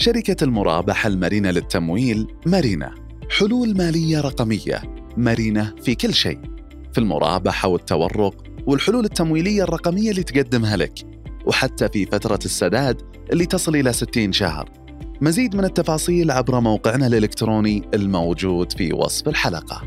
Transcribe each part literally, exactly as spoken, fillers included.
شركة المرابحة المرنة للتمويل مرنة، حلول مالية رقمية مرنة في كل شيء، في المرابحة والتورق والحلول التمويلية الرقمية اللي تقدمها لك، وحتى في فترة السداد اللي تصل إلى ستين شهر. مزيد من التفاصيل عبر موقعنا الإلكتروني الموجود في وصف الحلقة.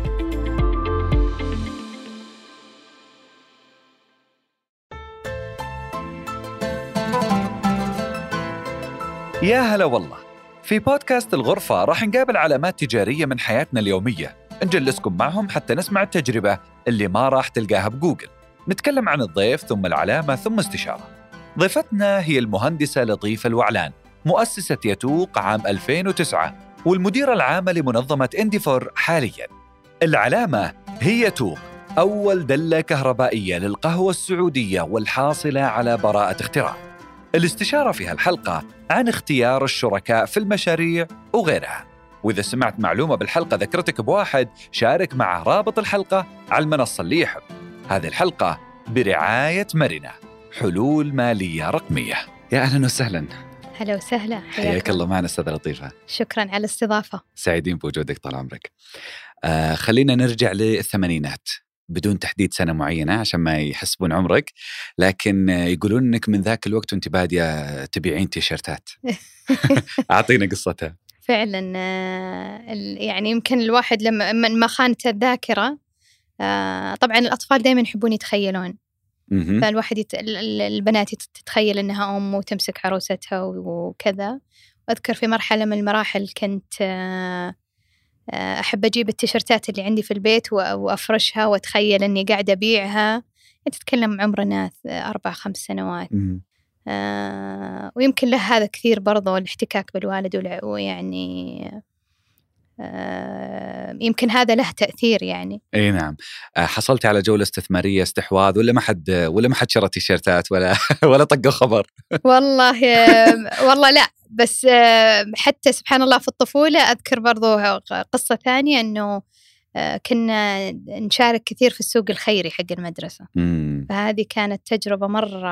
يا هلا والله. في بودكاست الغرفة راح نقابل علامات تجارية من حياتنا اليومية، نجلسكم معهم حتى نسمع التجربة اللي ما راح تلقاها بجوجل. نتكلم عن الضيف ثم العلامة ثم استشارة. ضيفتنا هي المهندسة لطيفة الوعلان، مؤسسة يتوق عام ألفين وتسعة والمديرة العامة لمنظمة إنديفور حالياً. العلامة هي يتوق، أول دلة كهربائية للقهوة السعودية والحاصلة على براءة اختراع. الاستشارة في هالحلقة عن اختيار الشركاء في المشاريع وغيرها. وإذا سمعت معلومة بالحلقة ذكرتك بواحد، شارك مع رابط الحلقة على المنصة اللي يحب. هذه الحلقة برعاية مرنة، حلول مالية رقمية. يا أهلا وسهلا. هلا وسهلا، حياك الله معنا أستاذة لطيفة. شكرا على الاستضافة، سعيدين بوجودك طال عمرك. آه خلينا نرجع للثمانينات بدون تحديد سنة معينة عشان ما يحسبون عمرك، لكن يقولون إنك من ذاك الوقت وانت بادية تبيعين تيشيرتات. أعطينا قصتها. فعلا يعني يمكن الواحد لما ما خانت الذاكرة، طبعا الأطفال دائما يحبون يتخيلون، فالواحد يت... البنات تتخيل أنها أم وتمسك عروستها وكذا. وأذكر في مرحلة من المراحل كنت أحب أجيب التيشيرتات اللي عندي في البيت وأفرشها وأتخيل أني قاعدة أبيعها. تتكلم عمرنا أربع خمس سنوات. آه ويمكن له هذا كثير برضو الاحتكاك بالوالد، ويعني آه يمكن هذا له تأثير يعني. اي نعم. حصلتي على جولة استثمارية استحواذ ولا ما حد ولا ما حد شرى تيشيرتات ولا ولا طقوا خبر؟ والله والله لا، بس حتى سبحان الله في الطفولة أذكر برضو قصة ثانية، أنه كنا نشارك كثير في السوق الخيري حق المدرسة. مم. فهذه كانت تجربة مرة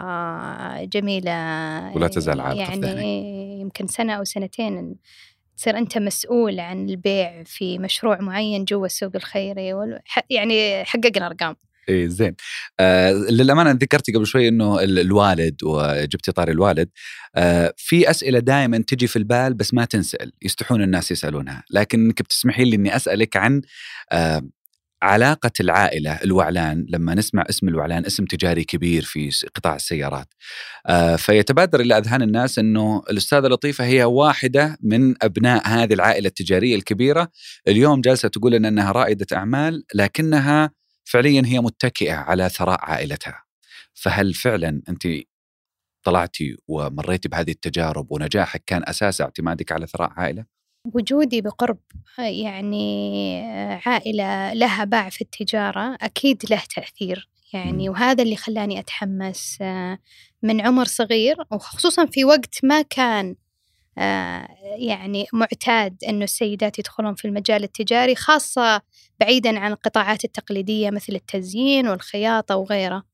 جميلة ولا تزال عالقة يعني في ذهنك. يمكن سنة أو سنتين تصير أنت مسؤول عن البيع في مشروع معين جوا السوق الخيري، يعني حققنا أرقام. إيه زين. آه للأمانة ذكرتي قبل شوي إنه الوالد وجبتي طاري الوالد. آه في أسئلة دائما تجي في البال بس ما تنسأل، يستحون الناس يسألونها، لكنك بتسمحي لي إني أسألك عن آه علاقة العائلة الوعلان. لما نسمع اسم الوعلان اسم تجاري كبير في قطاع السيارات، آه فيتبادر إلى أذهان الناس أنه الأستاذة لطيفة هي واحدة من أبناء هذه العائلة التجارية الكبيرة. اليوم جالسة تقول أن أنها رائدة أعمال، لكنها فعليا هي متكئة على ثراء عائلتها. فهل فعلا أنت طلعتي ومريتي بهذه التجارب ونجاحك كان أساس اعتمادك على ثراء عائلة؟ وجودي بقرب يعني عائلة لها باع في التجارة أكيد له تأثير يعني، وهذا اللي خلاني أتحمس من عمر صغير، وخصوصا في وقت ما كان يعني معتاد أنه السيدات يدخلون في المجال التجاري، خاصة بعيدا عن القطاعات التقليدية مثل التزيين والخياطة وغيره.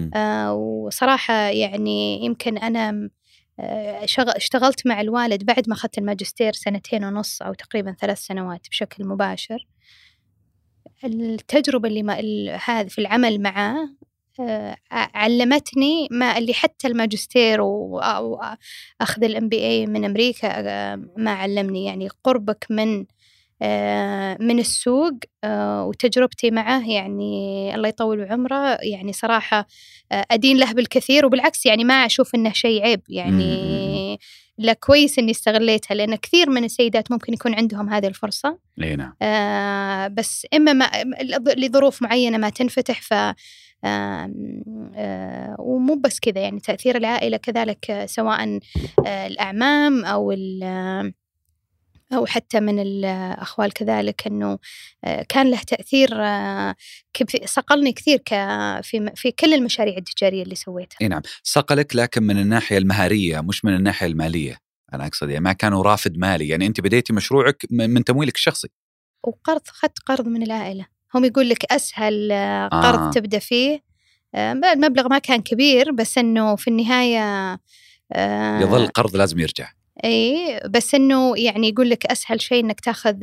وصراحة يعني يمكن أنا اشتغلت مع الوالد بعد ما أخذت الماجستير سنتين ونص أو تقريبا ثلاث سنوات بشكل مباشر. التجربة اللي ما هذا في العمل معه علمتني ما اللي حتى الماجستير وأخذ الام بي اي من أمريكا ما علمني، يعني قربك من من السوق وتجربتي معه يعني الله يطول عمره، يعني صراحة أدين له بالكثير، وبالعكس يعني ما أشوف إنه شيء عيب يعني. لا كويس إني استغليتها، لأن كثير من السيدات ممكن يكون عندهم هذه الفرصة. نعم. آه بس إما ما لظروف معينة ما تنفتح. ف آه آه ومو بس كذا يعني تأثير العائلة كذلك، سواء آه الأعمام أو أو حتى من الأخوال كذلك، أنه كان له تأثير صقلني كثير في في كل المشاريع التجارية اللي سويتها. إيه نعم، صقلك لكن من الناحية المهارية مش من الناحية المالية. أنا أقصد يعني ما كانوا رافد مالي، يعني أنت بديتي مشروعك من تمويلك الشخصي. وقرض، خدت قرض من العائلة. هم يقول لك أسهل قرض آه. تبدأ فيه، المبلغ ما كان كبير بس أنه في النهاية يظل قرض لازم يرجع. اي بس انه يعني يقول لك اسهل شيء انك تاخذ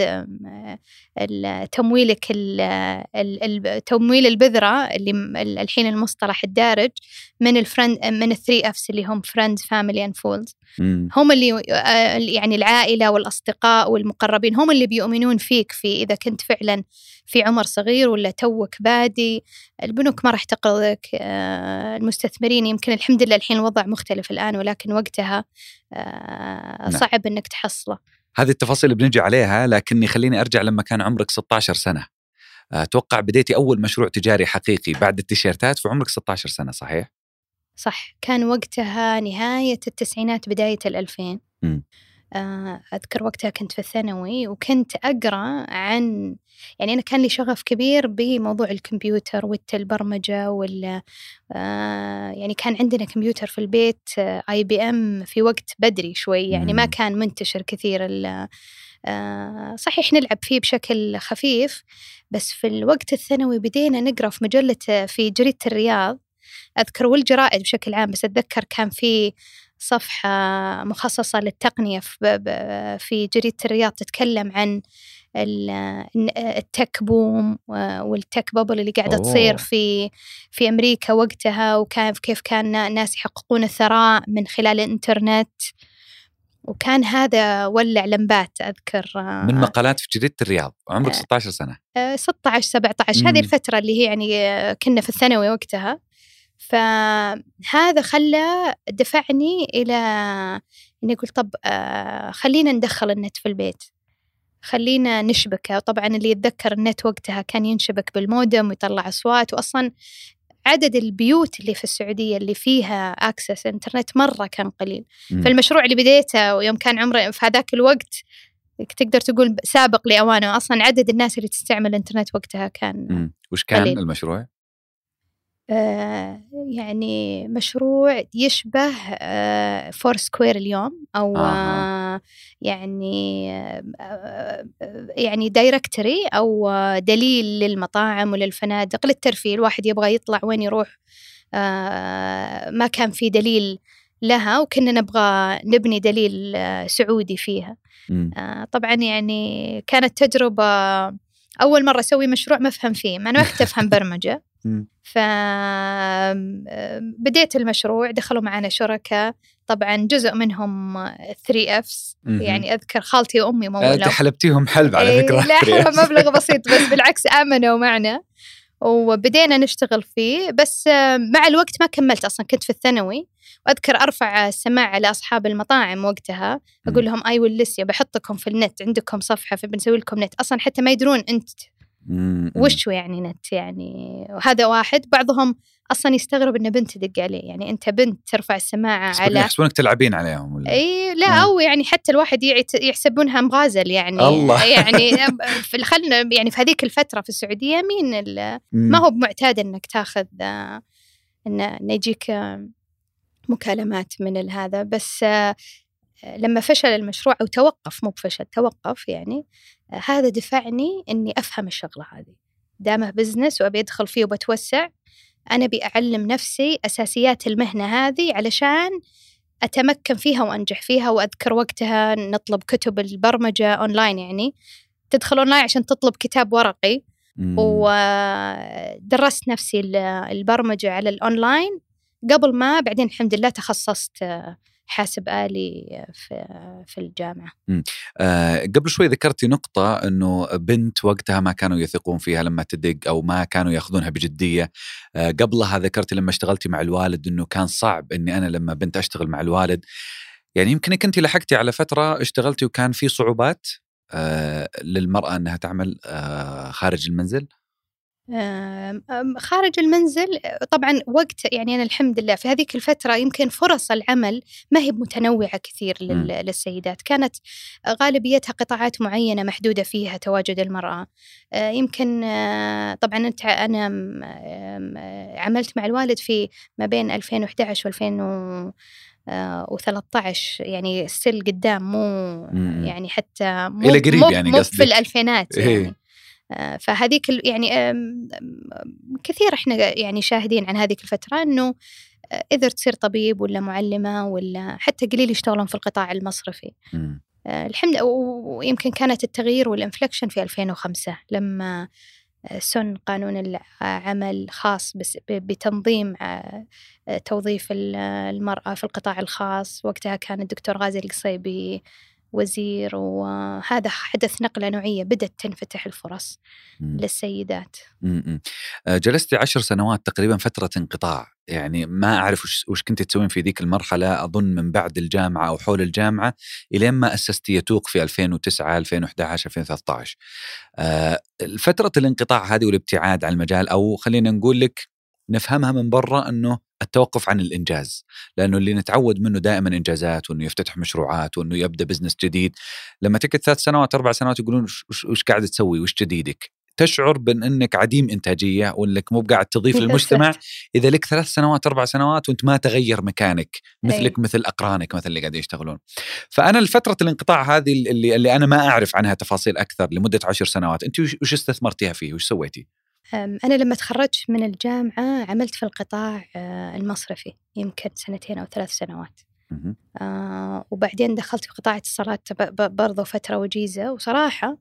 تمويلك تمويل البذره اللي الحين المصطلح الدارج من الفرند من الثري افس اللي هم فريندز فاميلي اند فولز، هم اللي يعني العائله والاصدقاء والمقربين هم اللي بيؤمنون فيك في اذا كنت فعلا في عمر صغير ولا توك بادي. البنوك ما راح تقرضك، المستثمرين يمكن الحمد لله الحين الوضع مختلف الآن، ولكن وقتها صعب أنك تحصله. هذه التفاصيل اللي بنجي عليها، لكني خليني أرجع لما كان عمرك ستة عشر سنة. أتوقع بديتي أول مشروع تجاري حقيقي بعد التيشيرتات في عمرك ستة عشر سنة، صحيح؟ صح، كان وقتها نهاية التسعينات بداية الألفين. م. أذكر وقتها كنت في الثانوي وكنت أقرأ عن، يعني أنا كان لي شغف كبير بموضوع الكمبيوتر والبرمجة وال يعني كان عندنا كمبيوتر في البيت آي بي إم في وقت بدري شوي، يعني ما كان منتشر كثير. صحيح نلعب فيه بشكل خفيف، بس في الوقت الثانوي بدينا نقرأ في مجلة في جريدة الرياض أذكر، والجرائد بشكل عام، بس أتذكر كان في صفحة مخصصة للتقنية في جريدة الرياض تتكلم عن التك بوم والتك بابل اللي قاعدة تصير في في أمريكا وقتها، وكان كيف كان ناس يحققون الثراء من خلال الإنترنت، وكان هذا ولع لمبات. أذكر من مقالات في جريدة الرياض عمرك ستة عشر سنة، ستة عشر سبعة عشر، هذه الفترة اللي هي يعني كنا في الثانوي وقتها. فهذا خلى دفعني إلى إني أقول طب آه خلينا ندخل النت في البيت، خلينا نشبكه. طبعا اللي يتذكر النت وقتها كان ينشبك بالمودم ويطلع أصوات، وأصلا عدد البيوت اللي في السعودية اللي فيها أكسس إنترنت مرة كان قليل. م. فالمشروع اللي بديته ويوم كان عمري في هذاك الوقت تقدر تقول سابق لأوانه، أصلا عدد الناس اللي تستعمل الإنترنت وقتها كان م. وش كان قليل. المشروع؟ آه يعني مشروع يشبه آه فور سكوير اليوم، أو آه. آه يعني آه يعني دايركتري أو دليل للمطاعم وللفنادق للترفيه. الواحد يبغى يطلع وين يروح، آه ما كان في دليل لها، وكنا نبغى نبني دليل آه سعودي فيها. آه طبعا يعني كانت تجربة أول مرة أسوي مشروع مفهم فيه، ما أنا وقت أفهم برمجة. فبديت المشروع، دخلوا معنا شركاء، طبعا جزء منهم ثري أفس، يعني أذكر خالتي وأمي مولوا. أنت حلبتيهم حلب على فكرة. لا حلب مبلغ بسيط، بس بالعكس آمنوا معنا وبدينا نشتغل فيه. بس مع الوقت ما كملت، أصلا كنت في الثانوي، وأذكر أرفع السماعة لأصحاب المطاعم وقتها أقول لهم أي واللسيا بحطكم في النت، عندكم صفحة فبنسوي لكم نت، أصلا حتى ما يدرون أنت وشو يعني نت يعني. وهذا واحد، بعضهم أصلا يستغرب إن بنت تدق عليه، يعني أنت بنت ترفع السماعة على، يحسبونك تلعبين عليهم ولا؟ أي لا آه. أو يعني حتى الواحد يحسبونها مغازل يعني. الله. يعني في خلنا يعني في هذيك الفترة في السعودية مين ما هو بمعتاد إنك تاخذ إن يجيك مكالمات من هذا. بس لما فشل المشروع أو توقف، مو بفشل توقف يعني، هذا دفعني إني أفهم الشغلة هذه، دامه بزنس وأبي أدخل فيه وبتوسع، أنا بأعلم نفسي أساسيات المهنة هذه علشان أتمكن فيها وأنجح فيها. وأذكر وقتها نطلب كتب البرمجة أونلاين، يعني تدخل أونلاين عشان تطلب كتاب ورقي، ودرست نفسي البرمجة على الأونلاين قبل ما بعدين الحمد لله تخصصت حاسب آلي في في الجامعة. آه قبل شوي ذكرتي نقطة إنه بنت وقتها ما كانوا يثقون فيها لما تدق، أو ما كانوا يأخذونها بجدية. آه قبلها ذكرتي لما اشتغلتي مع الوالد إنه كان صعب إني أنا لما بنت أشتغل مع الوالد. يعني يمكن كنتي لحقتي على فترة اشتغلتي وكان في صعوبات آه للمرأة أنها تعمل آه خارج المنزل. خارج المنزل طبعا وقت يعني أنا الحمد لله في هذيك الفترة يمكن فرص العمل ما هي متنوعة كثير للسيدات، كانت غالبيتها قطاعات معينة محدودة فيها تواجد المرأة. يمكن طبعا أنت أنا عملت مع الوالد في ما بين ألفين وإحدى عشر وألفين وثلاثة عشر، يعني ستيل قدام، مو يعني حتى مو إلى قريب يعني مو في الألفينات يعني. فهذيك يعني كثير إحنا يعني شاهدين عن هذيك الفترة إنه إذا تصير طبيب ولا معلمة ولا حتى قليل يشتغلون في القطاع المصرفي. م. الحمد ويمكن كانت التغيير والإنفلكشن في ألفين وخمسة لما سن قانون العمل خاص بس بتنظيم توظيف المرأة في القطاع الخاص. وقتها كان الدكتور غازي القصيبي وزير، وهذا حدث نقلة نوعية، بدأت تنفتح الفرص م. للسيدات. م- م. جلستي عشر سنوات تقريبا فترة انقطاع، يعني ما أعرف وش, وش كنت تسوين في ذيك المرحلة، أظن من بعد الجامعة أو حول الجامعة إلى ما أسستي يتوق في ألفين وتسعة ألفين وإحدى عشر ألفين وثلاثة عشر. فترة الانقطاع هذه والابتعاد عن المجال، أو خلينا نقول لك نفهمها من برا أنه التوقف عن الإنجاز، لأنه اللي نتعود منه دائما إنجازات، وأنه يفتتح مشروعات، وأنه يبدأ بزنس جديد. لما تكت ثلاث سنوات أربع سنوات يقولون وش, وش قاعد تسوي، وش جديدك، تشعر بأنك عديم إنتاجية وأنك مو قاعد تضيف للمجتمع إذا لك ثلاث سنوات أربع سنوات وأنت ما تغير مكانك مثلك أي. مثل أقرانك مثل اللي قاعدين يشتغلون. فأنا الفترة الانقطاع هذه اللي, اللي أنا ما أعرف عنها تفاصيل أكثر لمدة عشر سنوات، أنت وش استثمرتيها فيه، وش سويتي؟ أنا لما تخرجت من الجامعة عملت في القطاع المصرفي يمكن سنتين أو ثلاث سنوات. آه وبعدين دخلت في قطاع اتصالات برضو فترة وجيزة. وصراحة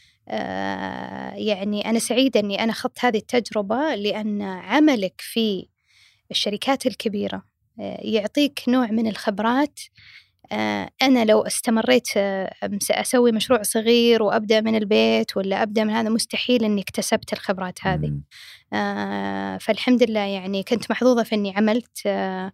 آه يعني أنا سعيدة أني أنا خضت هذه التجربة، لأن عملك في الشركات الكبيرة آه يعطيك نوع من الخبرات. آه أنا لو استمريت آه أسوي مشروع صغير وأبدأ من البيت ولا أبدأ من هذا، مستحيل أني اكتسبت الخبرات هذه. آه فالحمد لله يعني كنت محظوظة في أني عملت آه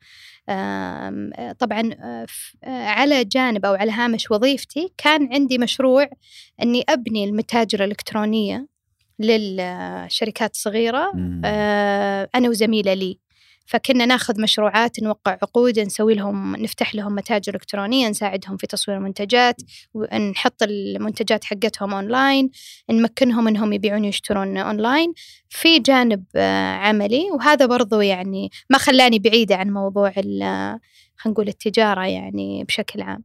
آه طبعا آه على جانب أو على هامش وظيفتي كان عندي مشروع أني أبني المتاجر الإلكترونية للشركات الصغيرة آه أنا وزميلة لي. فكنا ناخذ مشروعات، نوقع عقود، نسوي لهم، نفتح لهم متاجر إلكترونية، نساعدهم في تصوير المنتجات، ونحط المنتجات حقتهم أونلاين، نمكنهم أنهم يبيعون ويشترون أونلاين في جانب عملي. وهذا برضو يعني ما خلاني بعيدة عن موضوع خلينا نقول التجارة يعني بشكل عام.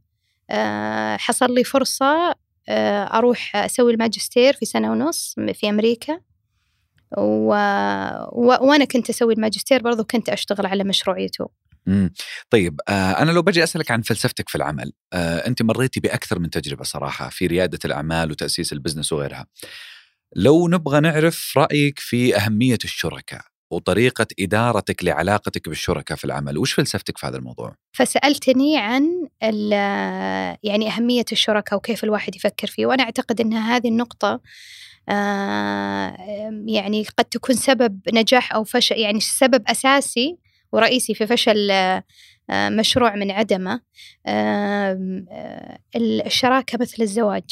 حصل لي فرصة أروح أسوي الماجستير في سنة ونص في أمريكا، و... و... وأنا كنت أسوي الماجستير برضو كنت أشتغل على مشروعيته. مم. طيب آه أنا لو بجي أسألك عن فلسفتك في العمل، آه أنت مريتي بأكثر من تجربة صراحة في ريادة الأعمال وتأسيس البزنس وغيرها. لو نبغى نعرف رأيك في أهمية الشركاء وطريقة إدارتك لعلاقتك بالشركاء في العمل، وش فلسفتك في هذا الموضوع؟ فسألتني عن يعني أهمية الشركاء وكيف الواحد يفكر فيه، وأنا أعتقد أن هذه النقطة آه يعني قد تكون سبب نجاح أو فشل، يعني سبب أساسي ورئيسي في فشل آه مشروع من عدمه. آه الشراكة مثل الزواج،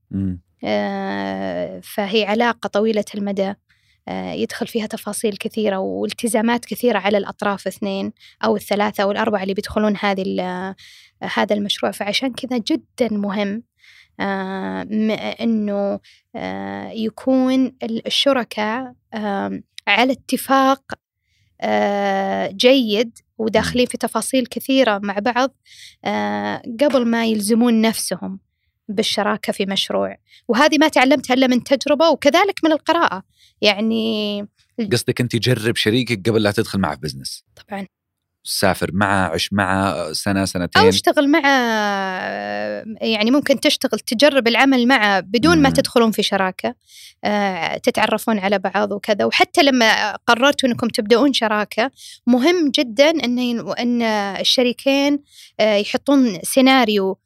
آه فهي علاقة طويلة المدى، آه يدخل فيها تفاصيل كثيرة والتزامات كثيرة على الأطراف اثنين أو الثلاثة أو الأربعة اللي بيدخلون هذه هذا المشروع. فعشان كذا جدا مهم آه إنه آه يكون الشركاء آه على اتفاق آه جيد وداخلين في تفاصيل كثيرة مع بعض آه قبل ما يلزمون نفسهم بالشراكة في مشروع. وهذه ما تعلمتها إلا من تجربة وكذلك من القراءة. يعني قصدك أنت جرب شريكك قبل لا تدخل معه في بزنس؟ طبعاً. سافر معه، عش معه سنة سنتين، أو اشتغل معه، يعني ممكن تشتغل تجرب العمل معه بدون مم. ما تدخلون في شراكة، تتعرفون على بعض وكذا. وحتى لما قررتوا أنكم تبدأون شراكة مهم جدا أن أن الشريكين يحطون سيناريو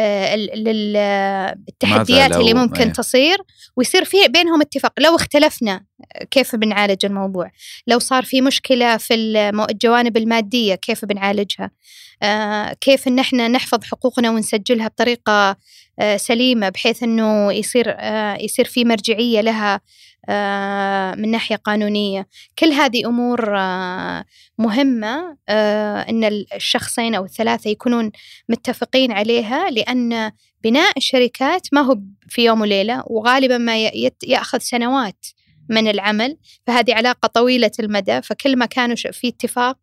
للتحديات اللي ممكن ايه. تصير، ويصير فيه بينهم اتفاق. لو اختلفنا كيف بنعالج الموضوع، لو صار في مشكلة في الجوانب المادية كيف بنعالجها، آه كيف ان احنا نحفظ حقوقنا ونسجلها بطريقة آه سليمة بحيث انه يصير آه يصير في مرجعية لها آه من ناحية قانونية. كل هذه امور آه مهمة آه ان الشخصين او الثلاثة يكونون متفقين عليها، لان بناء الشركات ما هو في يوم وليلة، وغالبا ما يأخذ سنوات من العمل. فهذه علاقة طويلة المدى، فكل ما كانوا في اتفاق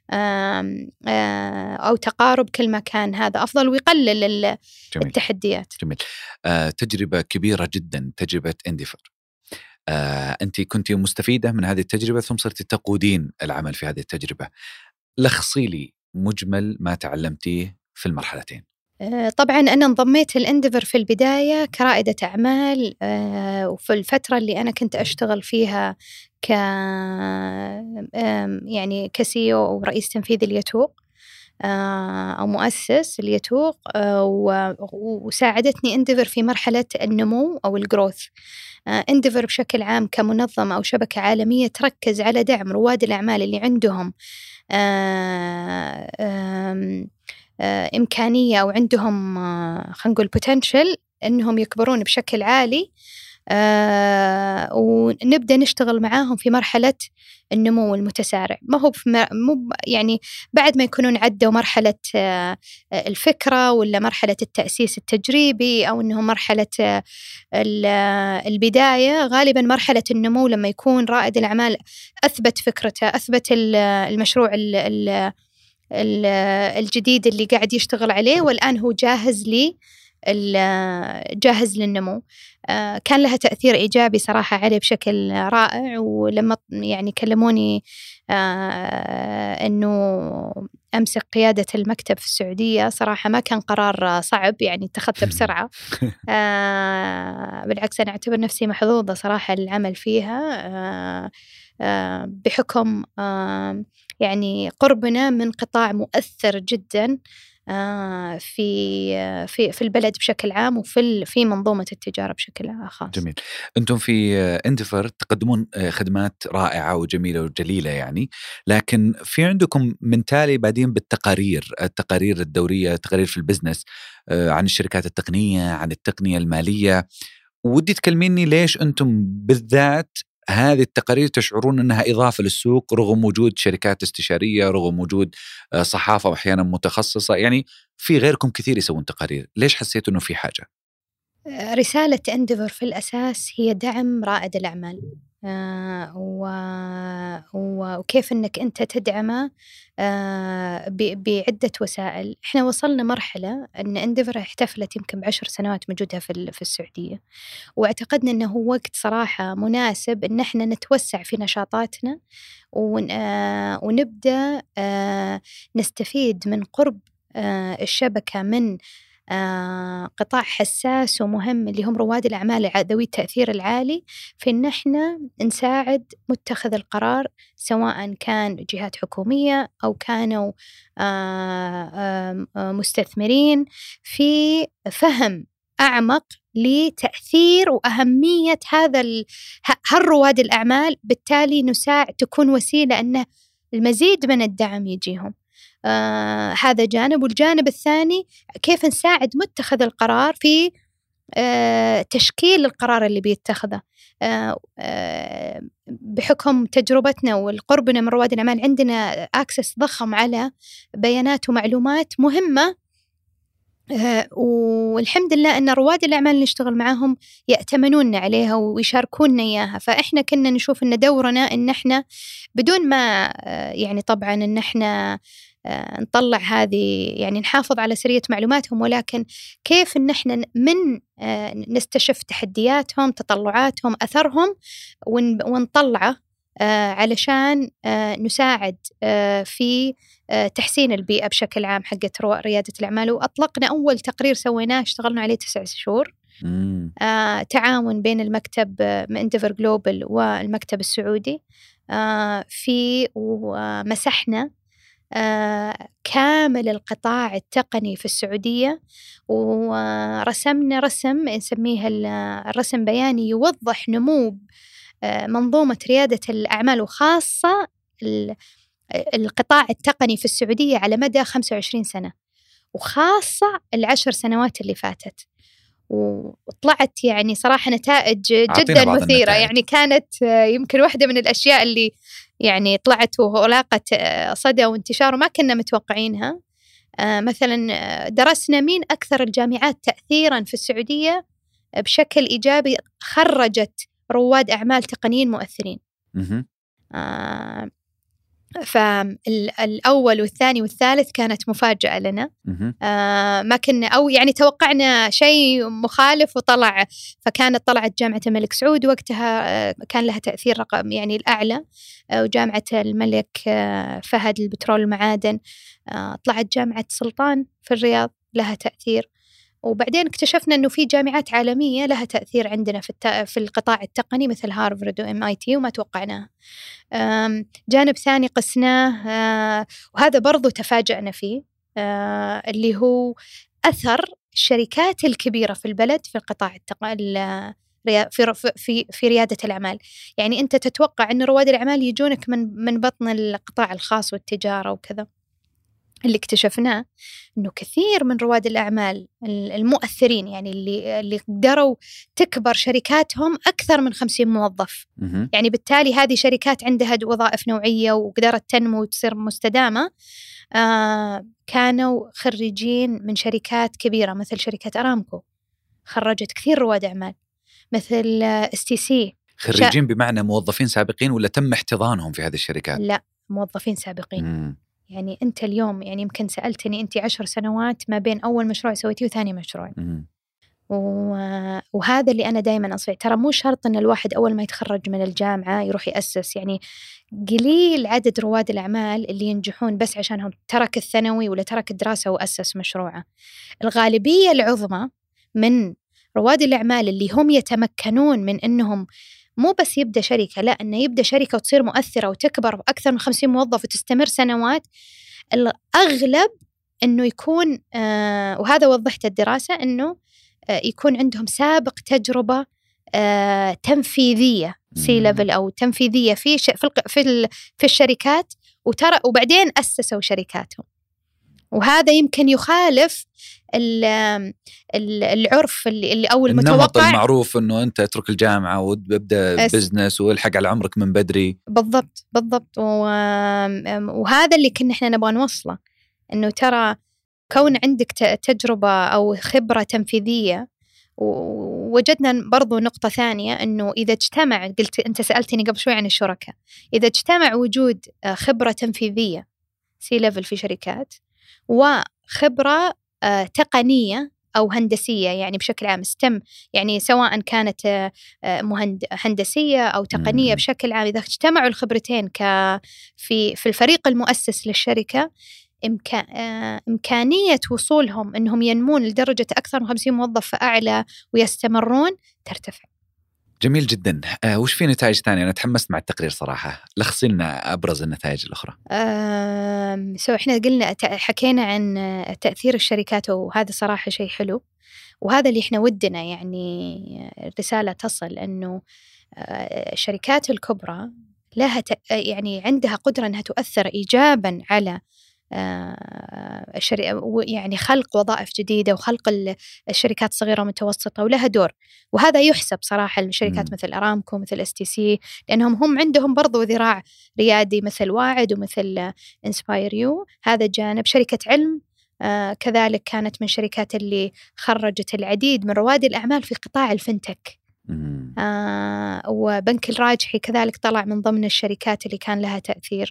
أو تقارب كل ما كان هذا أفضل ويقلل جميل. التحديات. جميل. آه، تجربة كبيرة جدا، تجربة إنديفر. آه، أنت كنت مستفيدة من هذه التجربة ثم صرت تقودين العمل في هذه التجربة. لخصي لي مجمل ما تعلمتيه في المرحلتين. طبعاً أنا انضميت لإنديفر في البداية كرائدة أعمال، وفي الفترة اللي أنا كنت أشتغل فيها ك يعني كسيو أو رئيس تنفيذي اليتوق أو مؤسس اليتوق، وساعدتني إنديفر في مرحلة النمو أو الجروث. إنديفر بشكل عام كمنظمة أو شبكة عالمية تركز على دعم رواد الأعمال اللي عندهم إمكانية أو عندهم خلينا نقول potential إنهم يكبرون بشكل عالي، آه ونبدأ نشتغل معاهم في مرحلة النمو المتسارع. ما هو مو يعني بعد ما يكونون عدوا مرحلة آه الفكرة ولا مرحلة التأسيس التجريبي أو إنهم مرحلة آه البداية، غالبا مرحلة النمو لما يكون رائد الأعمال أثبت فكرته، أثبت المشروع ال ال الجديد اللي قاعد يشتغل عليه، والآن هو جاهز لي جاهز للنمو. كان لها تأثير إيجابي صراحة عليه بشكل رائع. ولما يعني كلموني أنه أمسك قيادة المكتب في السعودية، صراحة ما كان قرار صعب، يعني اتخذته بسرعة. بالعكس أنا أعتبر نفسي محظوظة صراحة العمل فيها، بحكم يعني قربنا من قطاع مؤثر جدا في في في البلد بشكل عام وفي في منظومة التجارة بشكل خاص. جميل. أنتم في إنديفر تقدمون خدمات رائعة وجميلة وجليلة يعني، لكن في عندكم من تالي بعدين بالتقارير، التقارير الدورية، تقارير في البزنس عن الشركات التقنية، عن التقنية المالية. ودي تكلميني ليش أنتم بالذات هذه التقارير تشعرون أنها إضافة للسوق رغم وجود شركات استشارية، رغم وجود صحافة وأحيانا متخصصة، يعني في غيركم كثير يسوون تقارير، ليش حسيتوا أنه في حاجة؟ رسالة إنديفر في الأساس هي دعم رائد الأعمال، آه وكيف أنك أنت تدعمه آه بعدة وسائل. إحنا وصلنا مرحلة أن إنديفر احتفلت يمكن بعشر سنوات موجودة في في السعودية، واعتقدنا أنه هو وقت صراحة مناسب أن احنا نتوسع في نشاطاتنا ونبدأ آه نستفيد من قرب آه الشبكة من آه قطاع حساس ومهم اللي هم رواد الأعمال ذوي التأثير العالي، في إن إحنا نساعد متخذ القرار، سواء كان جهات حكومية أو كانوا آه آه مستثمرين، في فهم أعمق لتأثير وأهمية هذا هالرواد الأعمال. بالتالي نساعد تكون وسيلة أنه المزيد من الدعم يجيهم. آه هذا جانب. والجانب الثاني كيف نساعد متخذ القرار في آه تشكيل القرار اللي بيتخذه. آه آه بحكم تجربتنا والقربنا من رواد الأعمال عندنا أكسس ضخم على بيانات ومعلومات مهمة، آه والحمد لله أن رواد الأعمال اللي نشتغل معهم يأتمنون عليها ويشاركوننا إياها. فإحنا كنا نشوف أن دورنا أن إحنا بدون ما آه يعني طبعا أن إحنا آه نطلع هذه يعني نحافظ على سرية معلوماتهم، ولكن كيف أن إحنا من آه نستشف تحدياتهم، تطلعاتهم، أثرهم، ونطلعه آه علشان آه نساعد آه في آه تحسين البيئة بشكل عام حقت ريادة الأعمال. وأطلقنا أول تقرير سويناه اشتغلنا عليه تسع شهور، آه تعاون بين المكتب إنديفر جلوبال والمكتب السعودي، آه في ومسحنا آه كامل القطاع التقني في السعودية، ورسمنا رسم نسميه الرسم بياني يوضح نمو منظومة ريادة الأعمال وخاصة القطاع التقني في السعودية على مدى خمسة وعشرين سنة، وخاصة العشر سنوات اللي فاتت. وطلعت يعني صراحة نتائج جدا مثيرة. يعني كانت يمكن واحدة من الأشياء اللي يعني طلعت ولاقت صدى وانتشار وما كنا متوقعينها. مثلا درسنا مين أكثر الجامعات تأثيرا في السعودية بشكل إيجابي خرجت رواد أعمال تقنيين مؤثرين. آه فالأول والثاني والثالث كانت مفاجأة لنا. آه ما كنا أو يعني توقعنا شيء مخالف وطلع، فكانت طلعت جامعة الملك سعود وقتها آه كان لها تأثير رقم يعني الأعلى، آه وجامعة الملك آه فهد للبترول والمعادن، آه طلعت جامعة سلطان في الرياض لها تأثير. وبعدين اكتشفنا أنه في جامعات عالمية لها تأثير عندنا في الت... في القطاع التقني مثل هارفارد وإم آي تي وما توقعناه. جانب ثاني قسناه آه وهذا برضو تفاجأنا فيه، آه اللي هو أثر الشركات الكبيرة في البلد في القطاع التقني في في في ريادة الأعمال. يعني أنت تتوقع أن رواد الأعمال يجونك من من بطن القطاع الخاص والتجارة وكذا. اللي اكتشفناه إنه كثير من رواد الأعمال المؤثرين يعني اللي اللي قدروا تكبر شركاتهم أكثر من خمسين موظف، يعني بالتالي هذه شركات عندها وظائف نوعية وقدرت تنمو وتصير مستدامة، آه كانوا خريجين من شركات كبيرة مثل شركة أرامكو، خرجت كثير رواد أعمال، مثل اس تي سي. خريجين شا... بمعنى موظفين سابقين ولا تم احتضانهم في هذه الشركات؟ لا، موظفين سابقين. مم. يعني أنت اليوم يعني يمكن سألتني أنت عشر سنوات ما بين أول مشروع سويتيه وثاني مشروع، وهذا اللي أنا دايما أصيح، ترى مو شرط أن الواحد أول ما يتخرج من الجامعة يروح يأسس. يعني قليل عدد رواد الأعمال اللي ينجحون بس عشانهم ترك الثانوي ولا ترك الدراسة وأسس مشروعه. الغالبية العظمى من رواد الأعمال اللي هم يتمكنون من أنهم مو بس يبدأ شركة، لا، أنه يبدأ شركة وتصير مؤثرة وتكبر أكثر من خمسين موظف وتستمر سنوات. الأغلب أنه يكون آه وهذا وضحت الدراسة أنه آه يكون عندهم سابق تجربة آه تنفيذية سي ليفل أو تنفيذية في ش في في, في الشركات، وترى وبعدين أسسوا شركاتهم. وهذا يمكن يخالف العرف اللي, اللي أول المتوقع. النمط المعروف أنه أنت اترك الجامعة وابدأ بزنس والحق على عمرك من بدري. بالضبط بالضبط. وهذا اللي كنا إحنا نبغى نوصله، أنه ترى كون عندك تجربة أو خبرة تنفيذية. ووجدنا برضو نقطة ثانية، أنه إذا اجتمع، قلت أنت سألتني قبل شوي عن الشركاء، إذا اجتمع وجود خبرة تنفيذية سي ليفل في شركات وخبرة آه تقنية أو هندسية، يعني بشكل عام ستم، يعني سواء كانت آه مهند هندسية أو تقنية مم. بشكل عام، إذا اجتمعوا الخبرتين ك في في الفريق المؤسس للشركة، إمكان آه إمكانية وصولهم إنهم ينمون لدرجة أكثر من خمسين موظف فأعلى ويستمرون ترتفع. جميل جدا. آه وش في نتائج ثانية؟ أنا تحمست مع التقرير صراحة، لخصي لنا أبرز النتائج الأخرى. آه سو إحنا قلنا حكينا عن تأثير الشركات، وهذا صراحة شيء حلو، وهذا اللي إحنا ودنا يعني الرسالة تصل، إنه آه الشركات الكبرى لها يعني عندها قدرة أنها تؤثر إيجابا على آه يعني خلق وظائف جديدة وخلق الشركات الصغيرة والمتوسطة، ولها دور. وهذا يحسب صراحة لشركات مثل أرامكو مثل اس تي سي، لأنهم هم عندهم برضو ذراع ريادي مثل واعد ومثل انسباير يو. هذا جانب. شركة علم آه كذلك كانت من الشركات اللي خرجت العديد من رواد الأعمال في قطاع الفنتك. آه وبنك الراجحي كذلك طلع من ضمن الشركات اللي كان لها تأثير.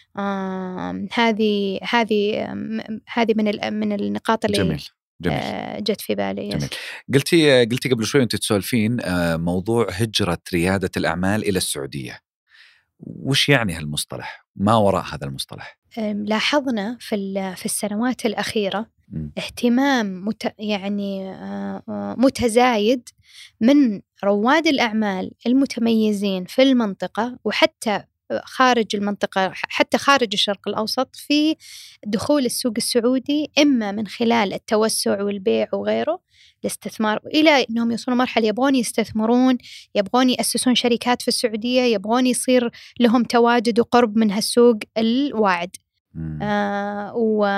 آه هذه هذه هذه من من النقاط اللي جميل. جميل. آه جت في بالي. جميل. قلتي قلتي قبل شوي وانت تسولفين آه موضوع هجرة ريادة الأعمال إلى السعودية، وش يعني هالمصطلح؟ ما وراء هذا المصطلح؟ لاحظنا في في السنوات الأخيرة م. اهتمام مت يعني آه متزايد من رواد الأعمال المتميزين في المنطقة وحتى خارج المنطقة، حتى خارج الشرق الأوسط، في دخول السوق السعودي، إما من خلال التوسع والبيع وغيره، الاستثمار، إلى أنهم يوصلوا مرحلة يبغون يستثمرون، يبغون يأسسون شركات في السعودية، يبغون يصير لهم تواجد وقرب من هالسوق الواعد. آه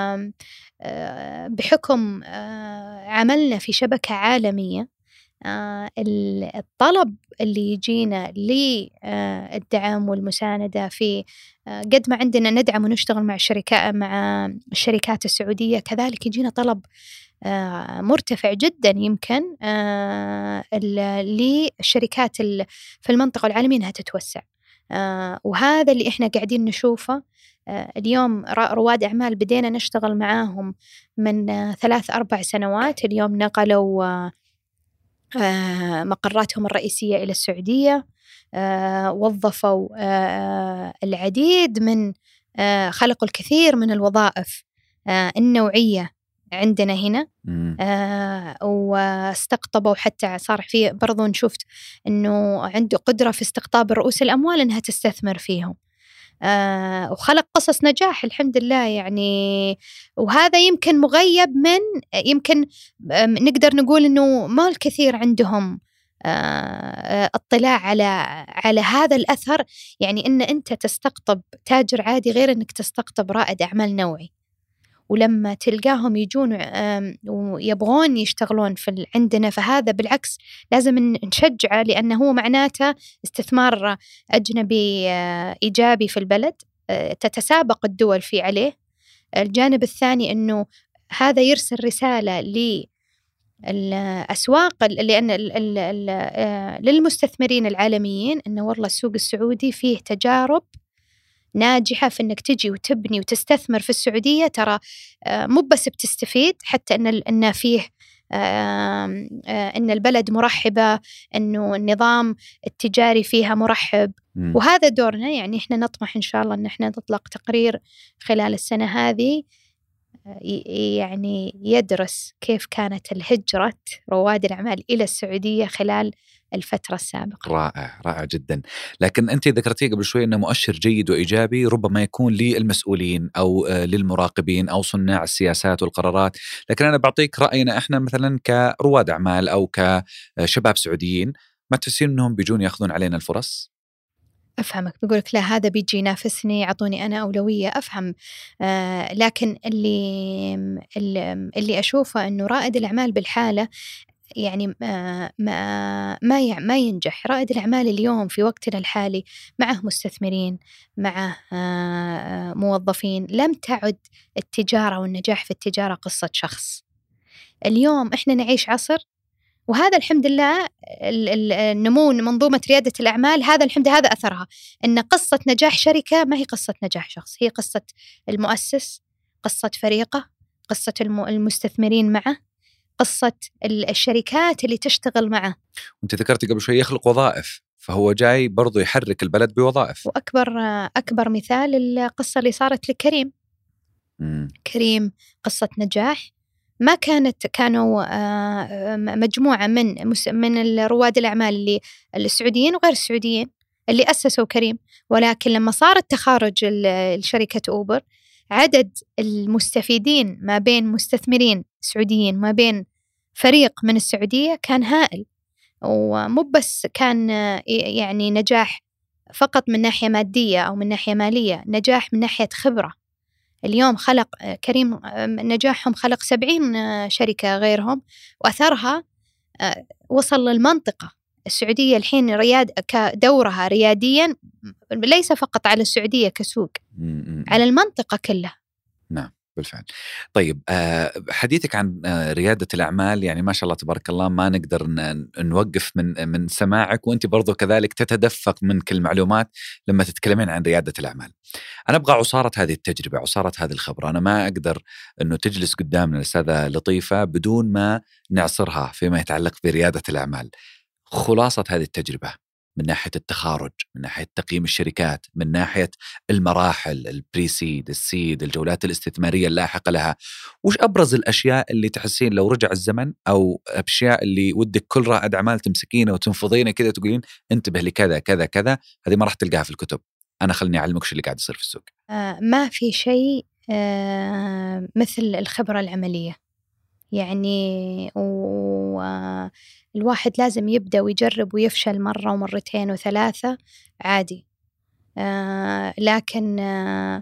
وبحكم آه عملنا في شبكة عالمية، آه الطلب اللي يجينا للدعم والمساندة في آه قد ما عندنا ندعم ونشتغل مع الشركات مع الشركات السعودية، كذلك يجينا طلب آه مرتفع جدا يمكن آه للشركات في المنطقة العالمية أنها تتوسع. آه وهذا اللي إحنا قاعدين نشوفه. آه اليوم رواد أعمال بدينا نشتغل معاهم من آه ثلاث أربع سنوات، اليوم نقلوا آه آه مقراتهم الرئيسية إلى السعودية، آه وظفوا آه العديد من آه خلقوا الكثير من الوظائف آه النوعية عندنا هنا. آه واستقطبوا، حتى صار في برضو نشوفت أنه عنده قدرة في استقطاب رؤوس الأموال أنها تستثمر فيهم. آه وخلق قصص نجاح الحمد لله يعني. وهذا يمكن مغيب من يمكن نقدر نقول أنه ما الكثير عندهم آه اطلاع على على هذا الأثر، يعني أن أنت تستقطب تاجر عادي غير أنك تستقطب رائد أعمال نوعي. ولما تلقاهم يجون ويبغون يشتغلون في عندنا، فهذا بالعكس لازم نشجعه، لأنه هو معناته استثمار أجنبي إيجابي في البلد، تتسابق الدول في عليه. الجانب الثاني أنه هذا يرسل رسالة للأسواق، لأن للمستثمرين العالميين أنه والله السوق السعودي فيه تجارب ناجحة في أنك تجي وتبني وتستثمر في السعودية. ترى مو بس بتستفيد، حتى أن أن فيه أن البلد مرحبة، أنه النظام التجاري فيها مرحب. م. وهذا دورنا، يعني إحنا نطمح إن شاء الله أن إحنا نطلق تقرير خلال السنة هذه يعني يدرس كيف كانت الهجرة رواد الأعمال إلى السعودية خلال الفترة السابقة. رائع رائع جدا. لكن أنت ذكرتي قبل شوي أنه مؤشر جيد وإيجابي ربما يكون للمسؤولين أو للمراقبين أو صناع السياسات والقرارات، لكن أنا بعطيك رأينا إحنا مثلا كرواد أعمال أو كشباب سعوديين، ما تحسين أنهم بيجون يأخذون علينا الفرص؟ أفهمك، بيقولك لا هذا بيجي ينافسني يعطوني أنا أولوية. أفهم. آه لكن اللي اللي أشوفه أنه رائد الأعمال بالحالة يعني ما ما ما ما ينجح رائد الأعمال اليوم في وقتنا الحالي معه مستثمرين، معه موظفين. لم تعد التجارة والنجاح في التجارة قصة شخص. اليوم إحنا نعيش عصر، وهذا الحمد لله النمو منظومة ريادة الأعمال، هذا الحمد لله هذا أثرها، إن قصة نجاح شركة ما هي قصة نجاح شخص، هي قصة المؤسس، قصة فريقه، قصة المستثمرين معه، قصة الشركات اللي تشتغل معه. وانت ذكرتي قبل شوي يخلق وظائف، فهو جاي برضو يحرك البلد بوظائف. وأكبر أكبر مثال القصة اللي صارت لكريم. م. كريم قصة نجاح، ما كانت كانوا مجموعة من من رواد الأعمال اللي السعوديين وغير السعوديين اللي أسسوا كريم، ولكن لما صار التخارج الشركة أوبر، عدد المستفيدين ما بين مستثمرين سعوديين ما بين فريق من السعودية كان هائل. ومو بس كان يعني نجاح فقط من ناحية مادية أو من ناحية مالية، نجاح من ناحية خبرة. اليوم خلق كريم نجاحهم خلق سبعين شركة غيرهم، وأثرها وصل للمنطقة السعودية الحين رياد كدورها رياديا، ليس فقط على السعودية كسوق، على المنطقة كلها. نعم بالفعل. طيب حديثك عن ريادة الأعمال يعني ما شاء الله تبارك الله ما نقدر نوقف من من سماعك، وأنت برضو كذلك تتدفق من كل معلومات لما تتكلمين عن ريادة الأعمال. أنا أبغى عصارة هذه التجربة، عصارة هذه الخبرة. أنا ما أقدر أنه تجلس قدامنا الأستاذة لطيفة بدون ما نعصرها فيما يتعلق بريادة الأعمال. خلاصة هذه التجربة من ناحية التخارج، من ناحية تقييم الشركات، من ناحية المراحل، البريسيد، السيد، الجولات الاستثمارية اللاحقة لها، وش أبرز الأشياء اللي تحسين لو رجع الزمن أو أشياء اللي ودك كل رائد أعمال تمسكينه وتنفضينه كذا تقولين انتبه لكذا كذا كذا، هذه ما راح تلقاها في الكتب، أنا خلني أعلمك شو اللي قاعد يصير في السوق. آه ما في شيء آه مثل الخبرة العملية، يعني والواحد لازم يبدأ ويجرب ويفشل مرة ومرتين وثلاثة عادي. آه لكن آه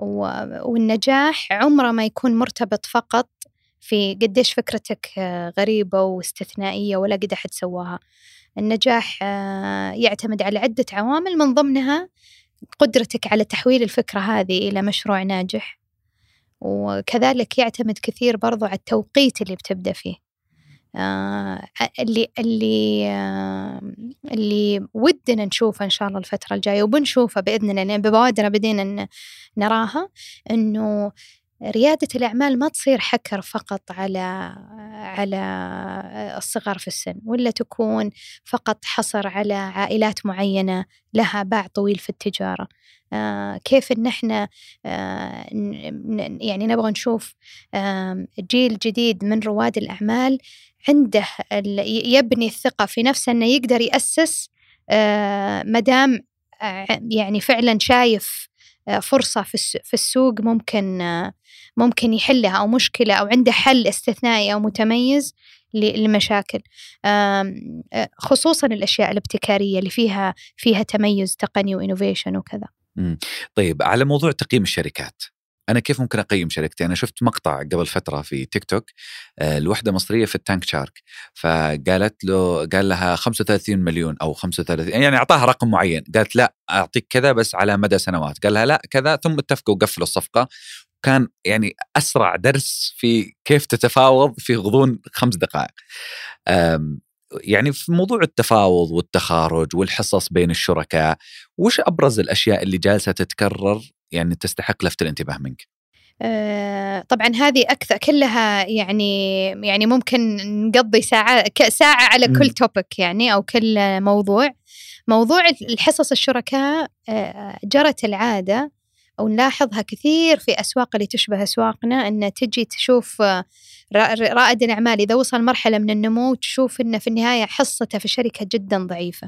والنجاح عمره ما يكون مرتبط فقط في قديش فكرتك آه غريبة واستثنائية ولا قد أحد سواها. النجاح آه يعتمد على عدة عوامل، من ضمنها قدرتك على تحويل الفكرة هذه إلى مشروع ناجح، وكذلك يعتمد كثير برضو على التوقيت اللي بتبدأ فيه. آه اللي اللي آه اللي ودنا نشوفه إن شاء الله الفترة الجاية وبنشوفه بإذن الله، لأن ببوادر بدينا نراها، إنه ريادة الأعمال ما تصير حكر فقط على على الصغار في السن، ولا تكون فقط حصر على عائلات معينة لها باع طويل في التجارة. آه كيف إن إحنا آه يعني نبغى نشوف آه جيل جديد من رواد الأعمال عنده يبني الثقة في نفسه أنه يقدر يأسس آه مدام آه يعني فعلا شايف آه فرصة في السوق ممكن آه ممكن يحلها، أو مشكلة أو عنده حل استثنائي أو متميز للمشاكل، خصوصا الأشياء الابتكارية اللي فيها فيها تميز تقني وإنوفيشن وكذا. مم. طيب، على موضوع تقييم الشركات، أنا كيف ممكن أقيم شركتي؟ أنا شفت مقطع قبل فترة في تيك توك الوحدة مصرية في التانك شارك، فقالت له قال لها خمسة وثلاثين مليون أو خمسة وثلاثين، يعني أعطاها رقم معين، قالت لا أعطيك كذا بس على مدى سنوات، قال لها لا كذا، ثم اتفقوا وقفلوا الصفقة. كان يعني أسرع درس في كيف تتفاوض في غضون خمس دقائق. يعني في موضوع التفاوض والتخارج والحصص بين الشركاء، وش أبرز الأشياء اللي جالسة تتكرر يعني تستحق لفت الانتباه منك؟ آه طبعا هذه أكثر كلها، يعني يعني ممكن نقضي ساعة ساعة على كل توبك يعني أو كل موضوع. موضوع الحصص الشركاء آه جرت العادة أو نلاحظها كثير في أسواق اللي تشبه أسواقنا، أن تجي تشوف رائد الأعمال إذا وصل مرحلة من النمو تشوف أنه في النهاية حصته في الشركة جدا ضعيفة.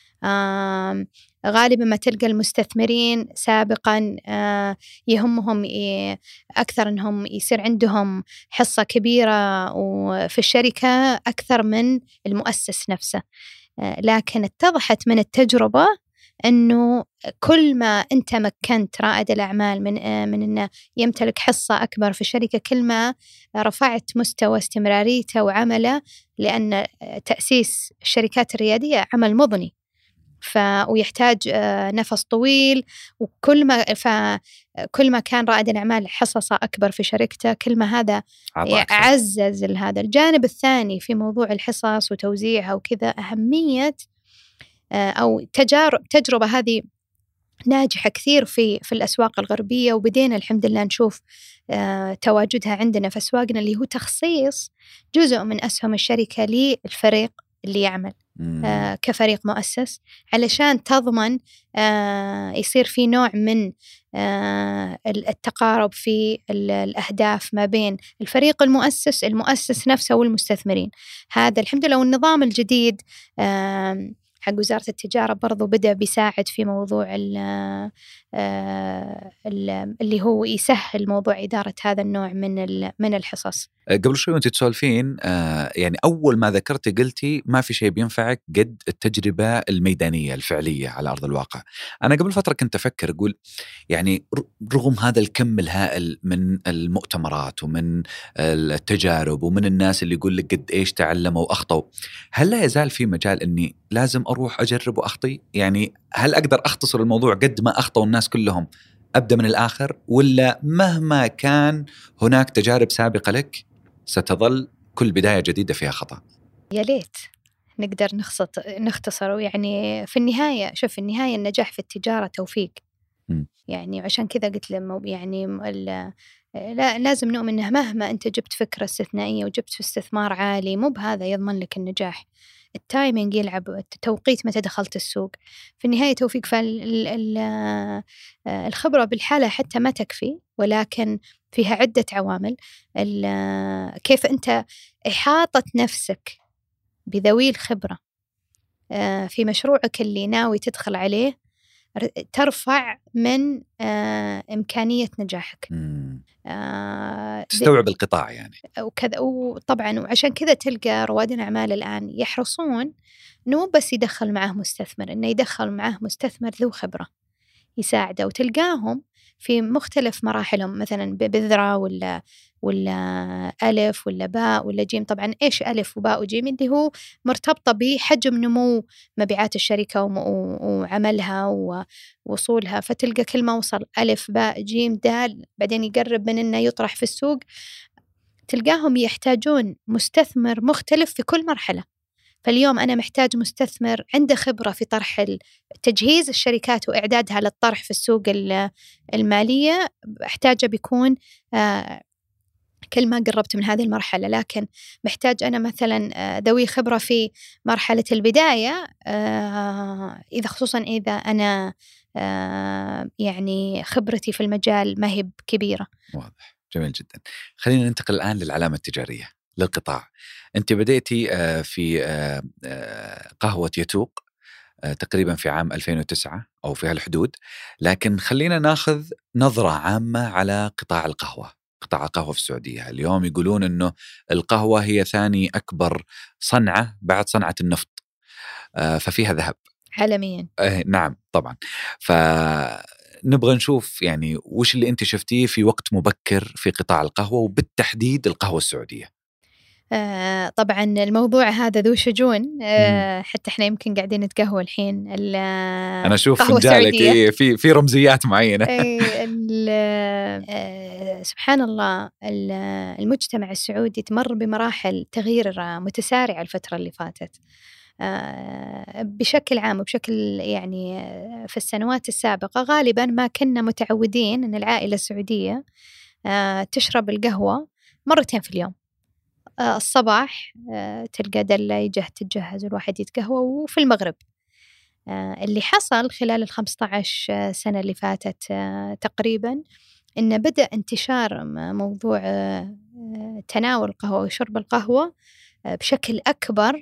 غالبا ما تلقى المستثمرين سابقا يهمهم أكثر أنهم يصير عندهم حصة كبيرة في الشركة أكثر من المؤسس نفسه، لكن اتضحت من التجربة أنه كل ما أنت مكنت رائد الأعمال من من أنه يمتلك حصة أكبر في الشركة، كل ما رفعت مستوى استمراريته وعمله، لأن تأسيس الشركات الريادية عمل مضني ف ويحتاج نفس طويل، وكل ما فكل ما كان رائد الأعمال حصصة أكبر في شركته كل ما هذا عزز هذا الجانب الثاني في موضوع الحصص وتوزيعها وكذا. أهمية أو تجارب تجربة هذه ناجحة كثير في في الأسواق الغربية، وبدينا الحمد لله نشوف آه تواجدها عندنا في أسواقنا، اللي هو تخصيص جزء من أسهم الشركة للفريق اللي يعمل آه كفريق مؤسس، علشان تضمن آه يصير في نوع من آه التقارب في الأهداف ما بين الفريق المؤسس المؤسس نفسه والمستثمرين. هذا الحمد لله. والنظام الجديد آه حق وزارة التجارة برضو بدأ بيساعد في موضوع اللي هو يسهل موضوع إدارة هذا النوع من من الحصص. قبل شوي وانت تسولفين يعني أول ما ذكرتي قلتي ما في شيء بينفعك قد التجربة الميدانية الفعلية على أرض الواقع. أنا قبل فترة كنت أفكر أقول يعني رغم هذا الكم الهائل من المؤتمرات ومن التجارب ومن الناس اللي يقول لك قد إيش تعلموا وأخطوا، هل لا يزال في مجال أني لازم أروح أجرب وأخطي؟ يعني هل أقدر أختصر الموضوع قد ما أخطوا الناس كلهم أبدأ من الآخر، ولا مهما كان هناك تجارب سابقة لك ستظل كل بداية جديدة فيها خطأ؟ يا ليت نقدر نخصط نختصره. يعني في النهاية شوف، في النهاية النجاح في التجارة توفيق. م. يعني عشان كذا قلت لهم يعني لا لازم نؤمن أنه مهما أنت جبت فكرة استثنائية وجبت استثمار عالي مو بهذا يضمن لك النجاح. التايمينج يلعب، التوقيت متى دخلت السوق، في النهاية توفيق. فالخبرة بالحالة حتى ما تكفي، ولكن فيها عدة عوامل. كيف أنت إحاطة نفسك بذوي الخبرة في مشروعك اللي ناوي تدخل عليه ترفع من إمكانية نجاحك. آه تستوعب القطاع يعني وكذا. وطبعا وعشان كذا تلقى رواد الأعمال الآن يحرصون إنه مو بس يدخل معه مستثمر، إنه يدخل معه مستثمر ذو خبرة يساعده، وتلقاهم في مختلف مراحلهم، مثلا بذرة ولا ولا ألف ولا باء ولا جيم. طبعا إيش ألف وباء وجيم؟ اللي هو مرتبطة بحجم نمو مبيعات الشركة وعملها ووصولها. فتلقى كل ما وصل ألف باء جيم دال بعدين يقرب من إنه يطرح في السوق، تلقاهم يحتاجون مستثمر مختلف في كل مرحلة. فاليوم أنا محتاج مستثمر عنده خبرة في طرح تجهيز الشركات وإعدادها للطرح في السوق المالية، أحتاجه بيكون آه كل ما قربت من هذه المرحلة. لكن محتاج أنا مثلا ذوي خبرة في مرحلة البداية، آه إذا خصوصا إذا أنا آه يعني خبرتي في المجال ما هي كبيرة. واضح، جميل جدا. خلينا ننتقل الآن للعلامة التجارية للقطاع. أنت بديتي في قهوة يتوق تقريبا في عام ألفين وتسعة أو في هالحدود، لكن خلينا ناخذ نظرة عامة على قطاع القهوة. قطاع القهوة في السعودية اليوم يقولون أنه القهوة هي ثاني أكبر صنعة بعد صنعة النفط، ففيها ذهب عالميا. آه نعم طبعا. فنبغى نشوف يعني وش اللي أنت شفتيه في وقت مبكر في قطاع القهوة وبالتحديد القهوة السعودية. آه طبعا الموضوع هذا ذو شجون، آه حتى احنا يمكن قاعدين نتقهوى الحين. أنا أشوف فنجالك إيه في في رمزيات معينة. آه سبحان الله، المجتمع السعودي تمر بمراحل تغيير متسارعة الفترة اللي فاتت آه بشكل عام وبشكل يعني في السنوات السابقة غالبا ما كنا متعودين أن العائلة السعودية آه تشرب القهوة مرتين في اليوم. الصباح تلقى دلة يجه تتجهز الواحد يتقهوى، وفي المغرب. اللي حصل خلال الخمسة عشر سنة اللي فاتت تقريبا إنه بدأ انتشار موضوع تناول القهوة وشرب القهوة بشكل أكبر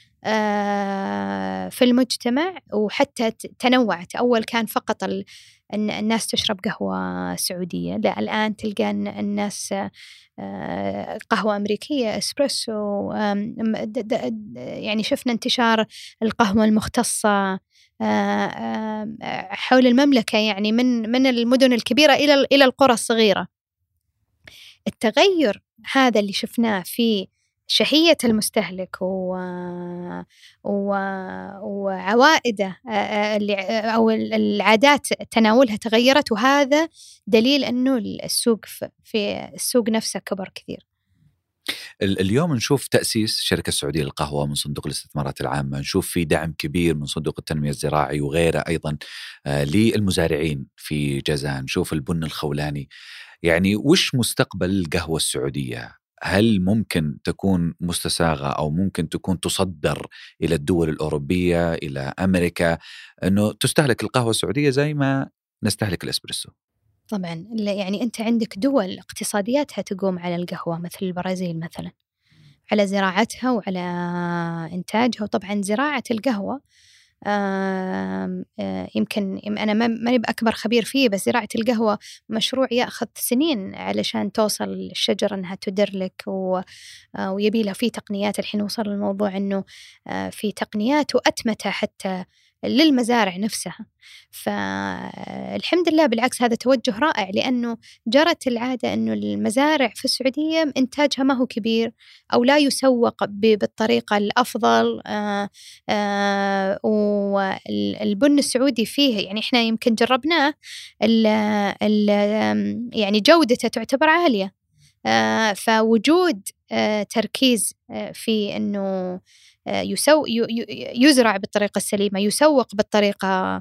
في المجتمع، وحتى تنوعت. أول كان فقط أن الناس تشرب قهوة سعودية، لا الآن تلقى الناس قهوة أمريكية، إسبريسو، يعني شفنا انتشار القهوة المختصة حول المملكة، يعني من من المدن الكبيرة إلى إلى القرى الصغيرة. التغير هذا اللي شفناه في شهية المستهلك و... و... وعوائده أو العادات تناولها تغيرت، وهذا دليل أنه السوق في السوق نفسه كبر كثير. اليوم نشوف تأسيس شركة السعودية للقهوة من صندوق الاستثمارات العامة، نشوف في دعم كبير من صندوق التنمية الزراعي وغيره أيضا للمزارعين في جازان، نشوف البن الخولاني. يعني وش مستقبل القهوة السعودية؟ هل ممكن تكون مستساغة أو ممكن تكون تصدر إلى الدول الأوروبية إلى أمريكا، أنه تستهلك القهوة السعودية زي ما نستهلك الإسبريسو؟ طبعا، يعني أنت عندك دول اقتصادياتها تقوم على القهوة مثل البرازيل مثلا، على زراعتها وعلى إنتاجها. وطبعا زراعة القهوة آه آه يمكن أنا ما بأكبر خبير فيه، بس زراعة القهوة مشروع يأخذ سنين علشان توصل الشجرة أنها تدرلك، ويبي لها فيه تقنيات. الحين وصل الموضوع أنه آه في تقنيات وأتمتة حتى للمزارع نفسها. فالحمد لله، بالعكس هذا توجه رائع، لأنه جرت العادة أنه المزارع في السعودية إنتاجها ما هو كبير أو لا يسوق بالطريقة الأفضل. آآ آآ والبن السعودي فيه يعني إحنا يمكن جربناه، ال ال يعني جودته تعتبر عالية. فوجود تركيز في أنه يسو يزرع بالطريقة السليمة، يسوق بالطريقة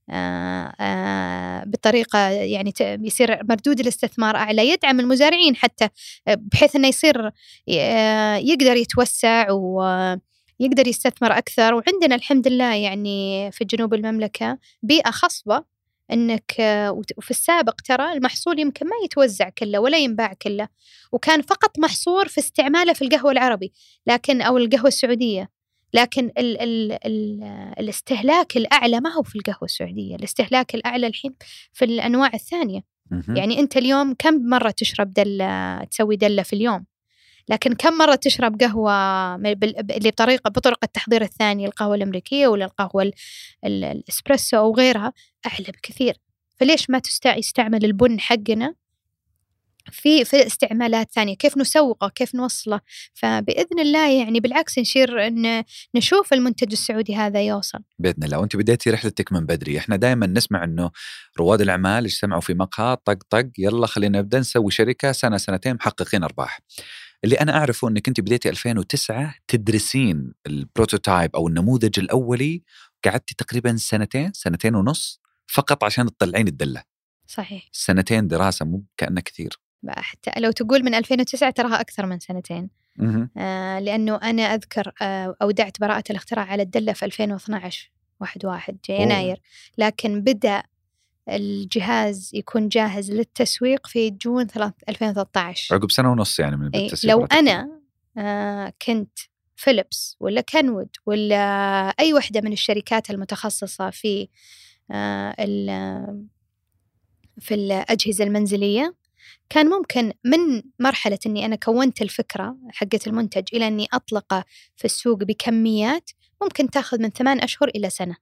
بالطريقة يعني يصير مردود الاستثمار أعلى، يدعم المزارعين حتى بحيث أنه يصير يقدر يتوسع ويقدر يستثمر أكثر. وعندنا الحمد لله يعني في جنوب المملكة بيئة خصبة، أنك وفي السابق ترى المحصول يمكن ما يتوزع كله ولا ينباع كله، وكان فقط محصور في استعماله في القهوة العربي لكن أو القهوة السعودية، لكن ال ال ال الاستهلاك الأعلى ما هو في القهوة السعودية، الاستهلاك الأعلى الحين في الأنواع الثانية. يعني أنت اليوم كم مرة تشرب دلة، تسوي دلة في اليوم، لكن كم مرة تشرب قهوة اللي بطريقة بطرق التحضير الثانية، القهوة الأمريكية ولا القهوة الإسبريسو أو غيرها، أعلى بكثير. فليش ما يستعمل البن حقنا في في استعمالات ثانية؟ كيف نسوقه، كيف نوصله؟ فبإذن الله يعني بالعكس نشير أن نشوف المنتج السعودي هذا يوصل بإذن الله. وأنت بديتي رحلتك من بدري. إحنا دائما نسمع أنه رواد الأعمال اجتمعوا في مقهى طق طق يلا خلينا نبدأ نسوي شركة، سنة سنتين محققين أرباح. اللي أنا أعرفه أنك أنت بديتي ألفين وتسعة تدرسين البروتوتايب أو النموذج الأولي، قعدتي تقريبا سنتين سنتين ونص فقط عشان تطلعين الدلة. صحيح. سنتين دراسة مو كأنه كثير. حتى لو تقول من ألفين وتسعة تراها أكثر من سنتين. آه لأنه أنا أذكر آه أودعت براءة الاختراع على الدلة في ألفين واثناشر واحد واحد يناير، لكن بدأ الجهاز يكون جاهز للتسويق في جون ألفين وثلاثة عشر، عقب سنة ونص يعني من التسويق. لو أنا آه كنت فيليبس ولا كنوود ولا أي واحدة من الشركات المتخصصة في آه في الأجهزة المنزلية، كان ممكن من مرحلة أني أنا كونت الفكرة حقة المنتج إلى أني أطلقه في السوق بكميات ممكن تأخذ من ثمان أشهر إلى سنة.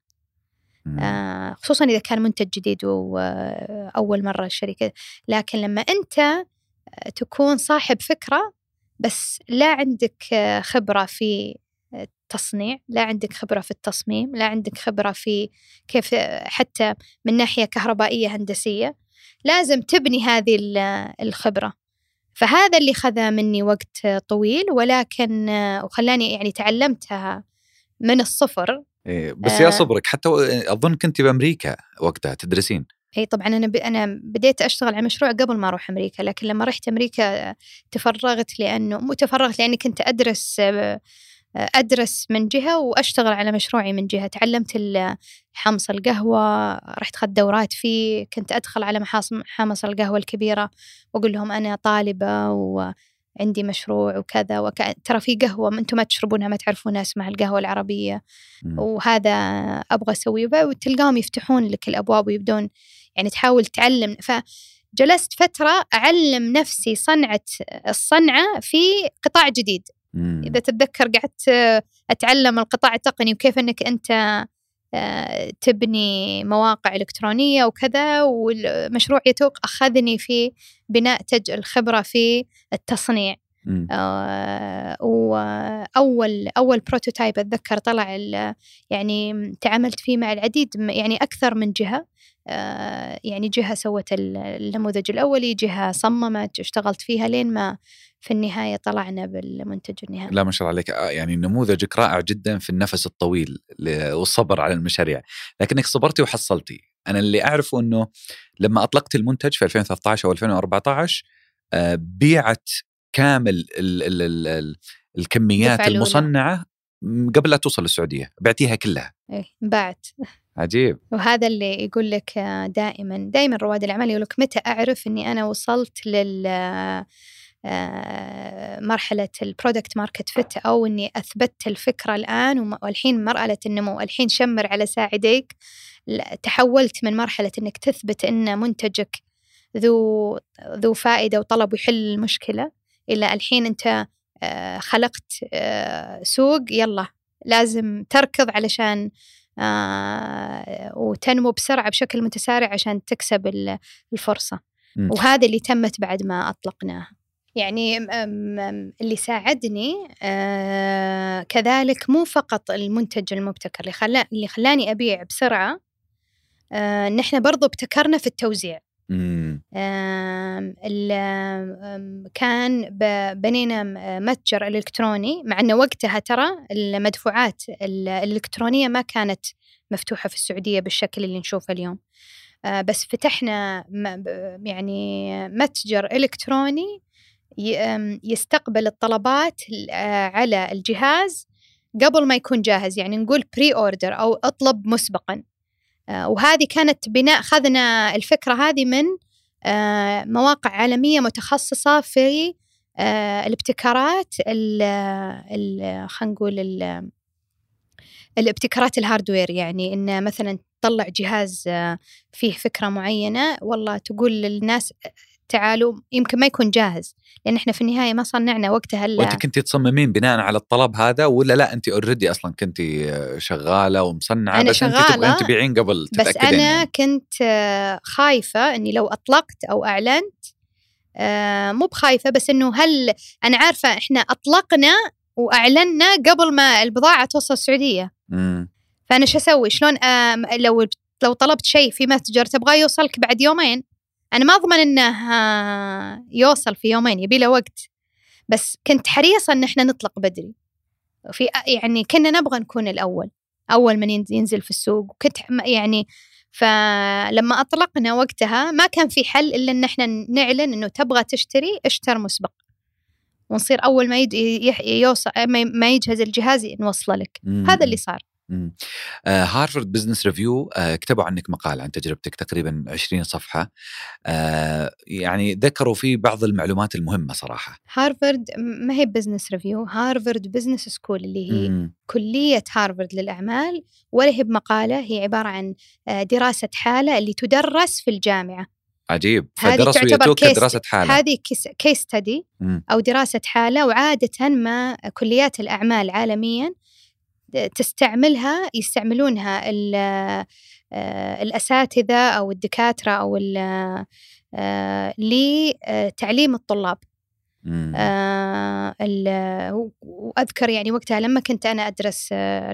آه خصوصا إذا كان منتج جديد وأول مرة الشركة. لكن لما أنت تكون صاحب فكرة بس لا عندك خبرة في التصنيع، لا عندك خبرة في التصميم، لا عندك خبرة في كيف حتى من ناحية كهربائية هندسية، لازم تبني هذه الخبرة. فهذا اللي خذ مني وقت طويل، ولكن وخلاني يعني تعلمتها من الصفر. إيه بس يا صبرك، حتى أظن كنت بأمريكا وقتها تدرسين. اي طبعا انا ب... انا بديت اشتغل على مشروع قبل ما اروح امريكا، لكن لما رحت امريكا تفرغت، لانه مو تفرغت لاني كنت ادرس ادرس من جهه واشتغل على مشروعي من جهه. تعلمت حمص القهوه، رحت خدت دورات فيه، كنت ادخل على محامص القهوه الكبيره واقول لهم انا طالبه وعندي مشروع وكذا وك... ترى في قهوه انتم ما تشربونها ما تعرفونها اسمها القهوه العربيه م. وهذا ابغى اسويه، وتلقاهم يفتحون لك الابواب ويبدون يعني تحاول تعلم. فجلست فترة أعلم نفسي صنعة الصنعة في قطاع جديد. مم. إذا تتذكر قعدت أتعلم القطاع التقني وكيف أنك أنت تبني مواقع إلكترونية وكذا، والمشروع يتوق أخذني في بناء تج الخبرة في التصنيع. آه وأول أول بروتوتايب أتذكر طلع يعني تعاملت فيه مع العديد يعني أكثر من جهة. آه يعني جهة سوت النموذج الأولي، جهة صممت اشتغلت فيها لين ما في النهاية طلعنا بالمنتج النهائي. لا ما شاء الله عليك، يعني نموذجك رائع جدا في النفس الطويل والصبر على المشاريع، لكنك صبرتي وحصلتي. أنا اللي أعرفه أنه لما أطلقت المنتج في ألفين وثلاثة عشر أو ألفين وأربعة عشر آه بيعت كامل ال ال ال ال الكميات المصنعة قبل لا توصل للسعودية، بعتيها كلها. إيه بعت. عجيب. وهذا اللي يقول لك دائما دائما رواد الأعمال يقول لك متى أعرف أني أنا وصلت لل مرحلة البرودكت ماركت فيت، أو أني أثبت الفكرة الآن والحين مرحلة النمو. الحين شمر على ساعديك، تحولت من مرحلة أنك تثبت أن منتجك ذو ذو فائدة وطلب ويحل المشكلة، إلى الحين أنت خلقت سوق يلا لازم تركض علشان وتنمو بسرعة بشكل متسارع عشان تكسب الفرصة. م. وهذا اللي تمت بعد ما أطلقناها. يعني اللي ساعدني كذلك مو فقط المنتج المبتكر اللي خلا اللي خلاني أبيع بسرعة، نحن برضو ابتكرنا في التوزيع. كان بنينا متجر إلكتروني، مع أنه وقتها ترى المدفوعات الإلكترونية ما كانت مفتوحة في السعودية بالشكل اللي نشوفه اليوم، بس فتحنا يعني متجر إلكتروني يستقبل الطلبات على الجهاز قبل ما يكون جاهز، يعني نقول بري أوردر أو أطلب مسبقاً. وهذه كانت بناء خذنا الفكرة هذه من مواقع عالمية متخصصة في الابتكارات خلينا نقول الابتكارات الهاردوير، يعني إن مثلا تطلع جهاز فيه فكرة معينة والله تقول للناس تعالوا، يمكن ما يكون جاهز لأن إحنا في النهاية ما صنعنا وقتها. وأنت كنتي تصممين بناء على الطلب هذا ولا لا أنت أوريدي أصلا كنتي شغالة ومصنعة؟ أنا بس شغالة أنت تبغين تبيعين قبل تتأكدين. بس أنا يعني. كنت خايفة أني لو أطلقت أو أعلنت، مو بخايفة بس إنه هل أنا عارفة إحنا أطلقنا وأعلنا قبل ما البضاعة توصل السعودية. م. فأنا شو أسوي؟ شلون لو لو طلبت شيء في متجر تبغاه يوصلك بعد يومين، أنا ما أضمن إنه يوصل في يومين، يبي له وقت. بس كنت حريصة إن إحنا نطلق بدري، في يعني كنا نبغى نكون الأول أول من ينزل في السوق. وكنت يعني فلما أطلقنا وقتها ما كان في حل إلا إن إحنا نعلن إنه تبغى تشتري اشتر مسبق، ونصير أول ما يوصل ما يجهز الجهاز نوصله لك. هذا اللي صار. آه، هارفارد بزنس ريفيو آه، كتبوا عنك مقال عن تجربتك تقريبا عشرين صفحة، آه، يعني ذكروا فيه بعض المعلومات المهمة صراحة. هارفارد ما هي بزنس ريفيو، هارفارد بزنس سكول اللي هي مم. كلية هارفارد للأعمال، ولا هي بمقالة، هي عبارة عن دراسة حالة اللي تدرس في الجامعة. عجيب. فدرس ويتوك دراسة حالة. هذه كيس ستدي أو دراسة حالة، وعادة ما كليات الأعمال عالميا تستعملها يستعملونها الأساتذة أو الدكاترة أو لتعليم الطلاب. وأذكر يعني وقتها لما كنت أنا أدرس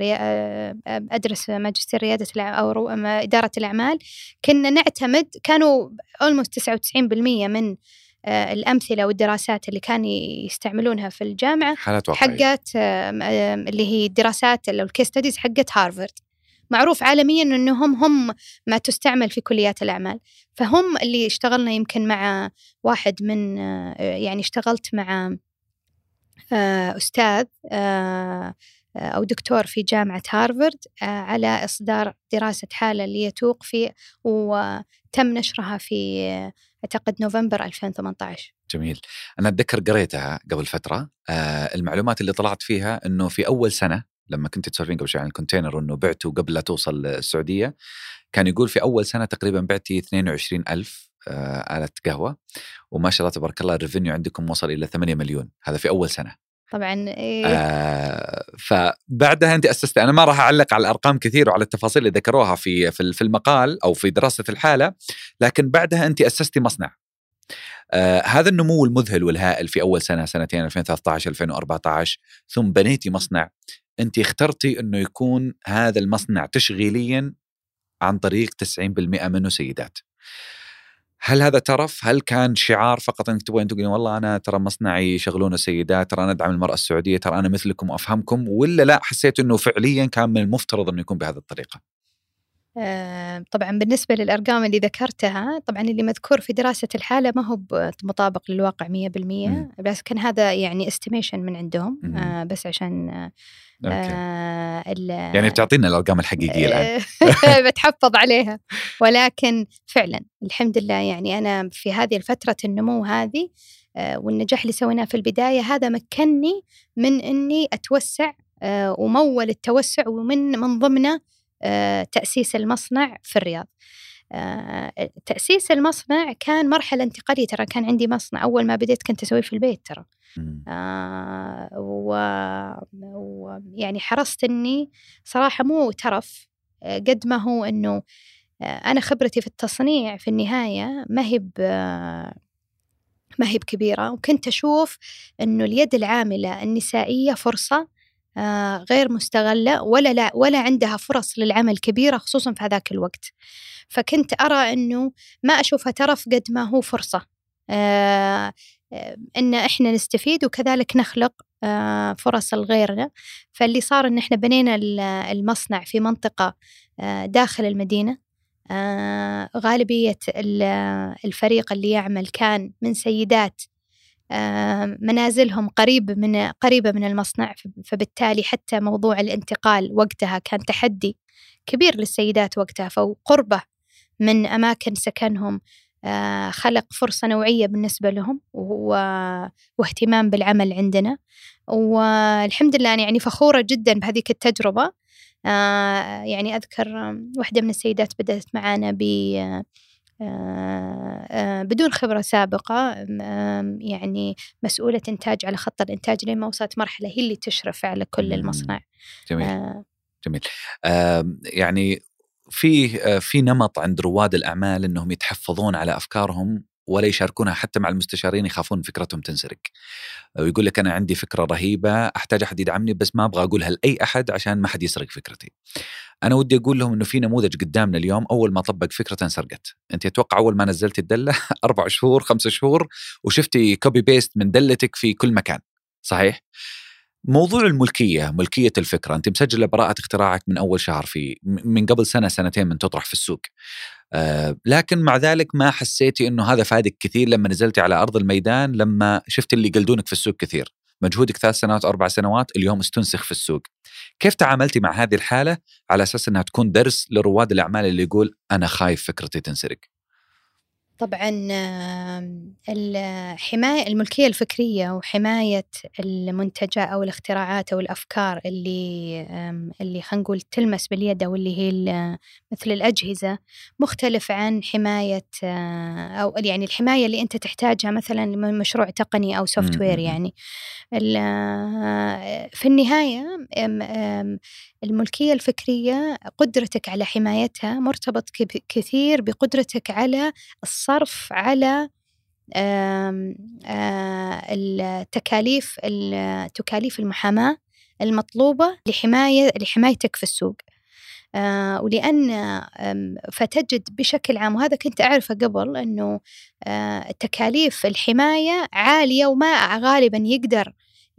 أدرس ماجستير ريادة أو إدارة الأعمال، كنا نعتمد كانوا almost تسعة وتسعين بالمئة من الأمثلة والدراسات اللي كانوا يستعملونها في الجامعة حقت اللي هي الدراسات أو الكيس ستاديز حقت هارفارد. معروف عالميا أنهم هم ما تستعمل في كليات الأعمال. فهم اللي اشتغلنا يمكن مع واحد من يعني اشتغلت مع أستاذ أو دكتور في جامعة هارفارد على إصدار دراسة حالة اللي يتوق في، وتم نشرها في أعتقد نوفمبر ألفين وثمانية عشر. جميل. أنا أتذكر قريتها قبل فترة. آه المعلومات اللي طلعت فيها أنه في أول سنة لما كنت تسولفين قبل شوي عن الكونتينر وأنه بعته قبل لا توصل السعودية، كان يقول في أول سنة تقريبا بعتي اثنين وعشرين ألف آه آلة قهوة، وما شاء الله تبارك الله الريفينيو عندكم وصل إلى ثمانية مليون. هذا في أول سنة طبعا. إيه. آه فبعدها أنت أسست. أنا ما راح أعلق على الأرقام كثير وعلى التفاصيل اللي ذكروها في في المقال أو في دراسة الحالة، لكن بعدها أنت أسستي مصنع. آه هذا النمو المذهل والهائل في أول سنة سنتين ألفين وثلاثة عشر ألفين وأربعة عشر، ثم بنيتي مصنع. أنت اخترتي أنه يكون هذا المصنع تشغيليا عن طريق تسعين بالمئة منه سيدات. هل هذا ترف؟ هل كان شعار فقط أنك تبغين تقولين والله أنا ترى مصنعي يشغلون السيدات، ترى أنا أدعم المرأة السعودية، ترى أنا مثلكم وأفهمكم، ولا لا حسيت أنه فعليا كان من المفترض أنه يكون بهذه الطريقة؟ آه طبعا بالنسبة للأرقام اللي ذكرتها، طبعا اللي مذكور في دراسة الحالة ما هو مطابق للواقع مية بالمية، بس كان هذا يعني استيميشن من عندهم. آه بس عشان آه آه يعني بتعطينا الأرقام الحقيقية الآن. بتحفظ عليها. ولكن فعلا الحمد لله يعني أنا في هذه الفترة النمو هذه آه والنجاح اللي سويناه في البداية هذا مكنني من أني أتوسع آه ومول التوسع، ومن من ضمنه آه تأسيس المصنع في الرياض. آه تأسيس المصنع كان مرحلة انتقالية. ترى كان عندي مصنع أول ما بديت كنت أسوي في البيت ترى. آه ويعني حرصت أني صراحة مو ترف آه قد ما هو أنه آه أنا خبرتي في التصنيع في النهاية ما هي ما هي كبيرة، وكنت أشوف أنه اليد العاملة النسائية فرصة آه غير مستغلة، ولا لا ولا عندها فرص للعمل كبيرة خصوصا في هذاك الوقت. فكنت أرى أنه ما أشوفها ترف قد ما هو فرصة آه إن إحنا نستفيد وكذلك نخلق آه فرص لغيرنا. فاللي صار إن إحنا بنينا المصنع في منطقة آه داخل المدينة. آه غالبية الفريق اللي يعمل كان من سيدات آه منازلهم قريب من قريبة من المصنع، فبالتالي حتى موضوع الانتقال وقتها كان تحدي كبير للسيدات وقتها. فقربه من أماكن سكنهم آه خلق فرصة نوعية بالنسبة لهم واهتمام بالعمل عندنا. والحمد لله أنا يعني فخورة جدا بهذه التجربة. آه يعني أذكر واحدة من السيدات بدأت معنا ب آه آه بدون خبرة سابقة، آه يعني مسؤولة إنتاج على خط الإنتاج لما وصلت مرحلة هي اللي تشرف على كل المصنع. جميل. آه جميل. آه يعني في في نمط عند رواد الأعمال أنهم يتحفظون على أفكارهم ولا يشاركونها حتى مع المستشارين، يخافون فكرتهم تنسرق، ويقول لك أنا عندي فكرة رهيبة أحتاج أحد يدعمني بس ما أبغى أقولها لأي أحد عشان ما حد يسرق فكرتي. أنا ودي أقول لهم إنه في نموذج قدامنا اليوم أول ما طبق فكرة انسرقت. أنت أتوقع أول ما نزلت الدلة أربع شهور خمسة شهور وشفتي كوبي بيست من دلتك في كل مكان، صحيح؟ موضوع الملكية، ملكية الفكرة، أنت مسجلة براءة اختراعك من أول شهر في من قبل سنة سنتين من تطرح في السوق، آه لكن مع ذلك ما حسيتي إنه هذا فادك كثير لما نزلتي على أرض الميدان، لما شفت اللي يقلدونك في السوق كثير، مجهودك ثلاث سنوات أربع سنوات اليوم استنسخ في السوق. كيف تعاملتي مع هذه الحالة على أساس أنها تكون درس لرواد الأعمال اللي يقول أنا خايف فكرتي تنسرق؟ طبعا الحماية الملكية الفكرية وحماية المنتجات أو الاختراعات أو الأفكار اللي اللي خلينا نقول تلمس باليد أو اللي هي مثل الأجهزة مختلف عن حماية أو يعني الحماية اللي أنت تحتاجها مثلا من مشروع تقني أو سوفت وير. يعني في النهاية الملكية الفكرية قدرتك على حمايتها مرتبط كثير بقدرتك على الصرف على التكاليف تكاليف المحاماة المطلوبة لحماية لحمايتك في السوق. آه ولأن آه فتجد بشكل عام، وهذا كنت أعرفه قبل، أنه آه تكاليف الحماية عالية وما غالبا يقدر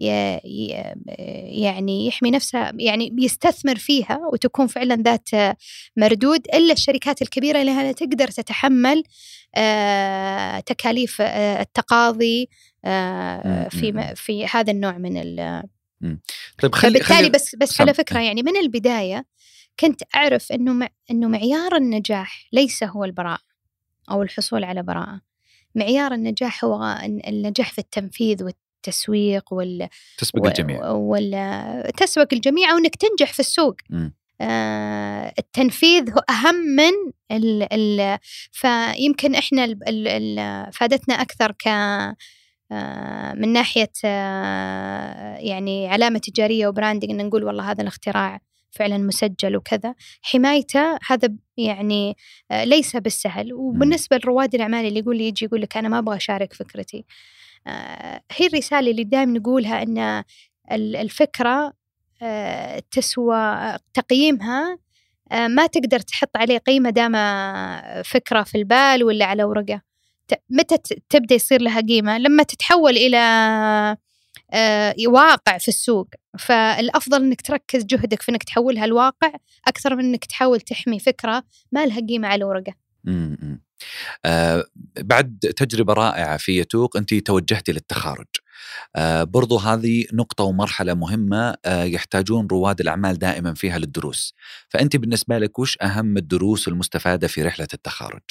يعني يحمي نفسه، يعني بيستثمر فيها وتكون فعلا ذات مردود، إلا الشركات الكبيرة اللي هي تقدر تتحمل آه تكاليف آه التقاضي آه في في هذا النوع من ال. طيب خلي فبالتالي خلي بس بس على فكرة يعني من البداية كنت أعرف إنه مع إنه معيار النجاح ليس هو البراءة أو الحصول على براءة. معيار النجاح هو النجاح في التنفيذ والتسويق وال تسبق الجميع ولا تسبق الجميع، أو إنك تنجح في السوق. آه التنفيذ هو أهم من ال ال فيمكن إحنا ال ال فادتنا أكثر ك آه من ناحية آه يعني علامة تجارية وبراندنج، إن نقول والله هذا الاختراع فعلا مسجل وكذا. حمايته هذا يعني آه ليس بالسهل. وبالنسبة لرواد الأعمال اللي يقول لي يجي يقول لك أنا ما أبغى أشارك فكرتي، آه هي الرسالة اللي دائما نقولها أن الفكرة آه تسوى تقييمها، آه ما تقدر تحط عليه قيمة دام فكرة في البال ولا على ورقة. متى تبدأ يصير لها قيمة؟ لما تتحول إلى آه واقع في السوق. فالأفضل أنك تركز جهدك في أنك تحولها الواقع أكثر من أنك تحاول تحمي فكرة ما لها قيمة على ورقة. امم آه بعد تجربة رائعة في يتوق أنت توجهتي للتخارج. آه برضو هذه نقطة ومرحلة مهمة آه يحتاجون رواد الأعمال دائما فيها للدروس. فأنت بالنسبة لك وش أهم الدروس المستفادة في رحلة التخارج؟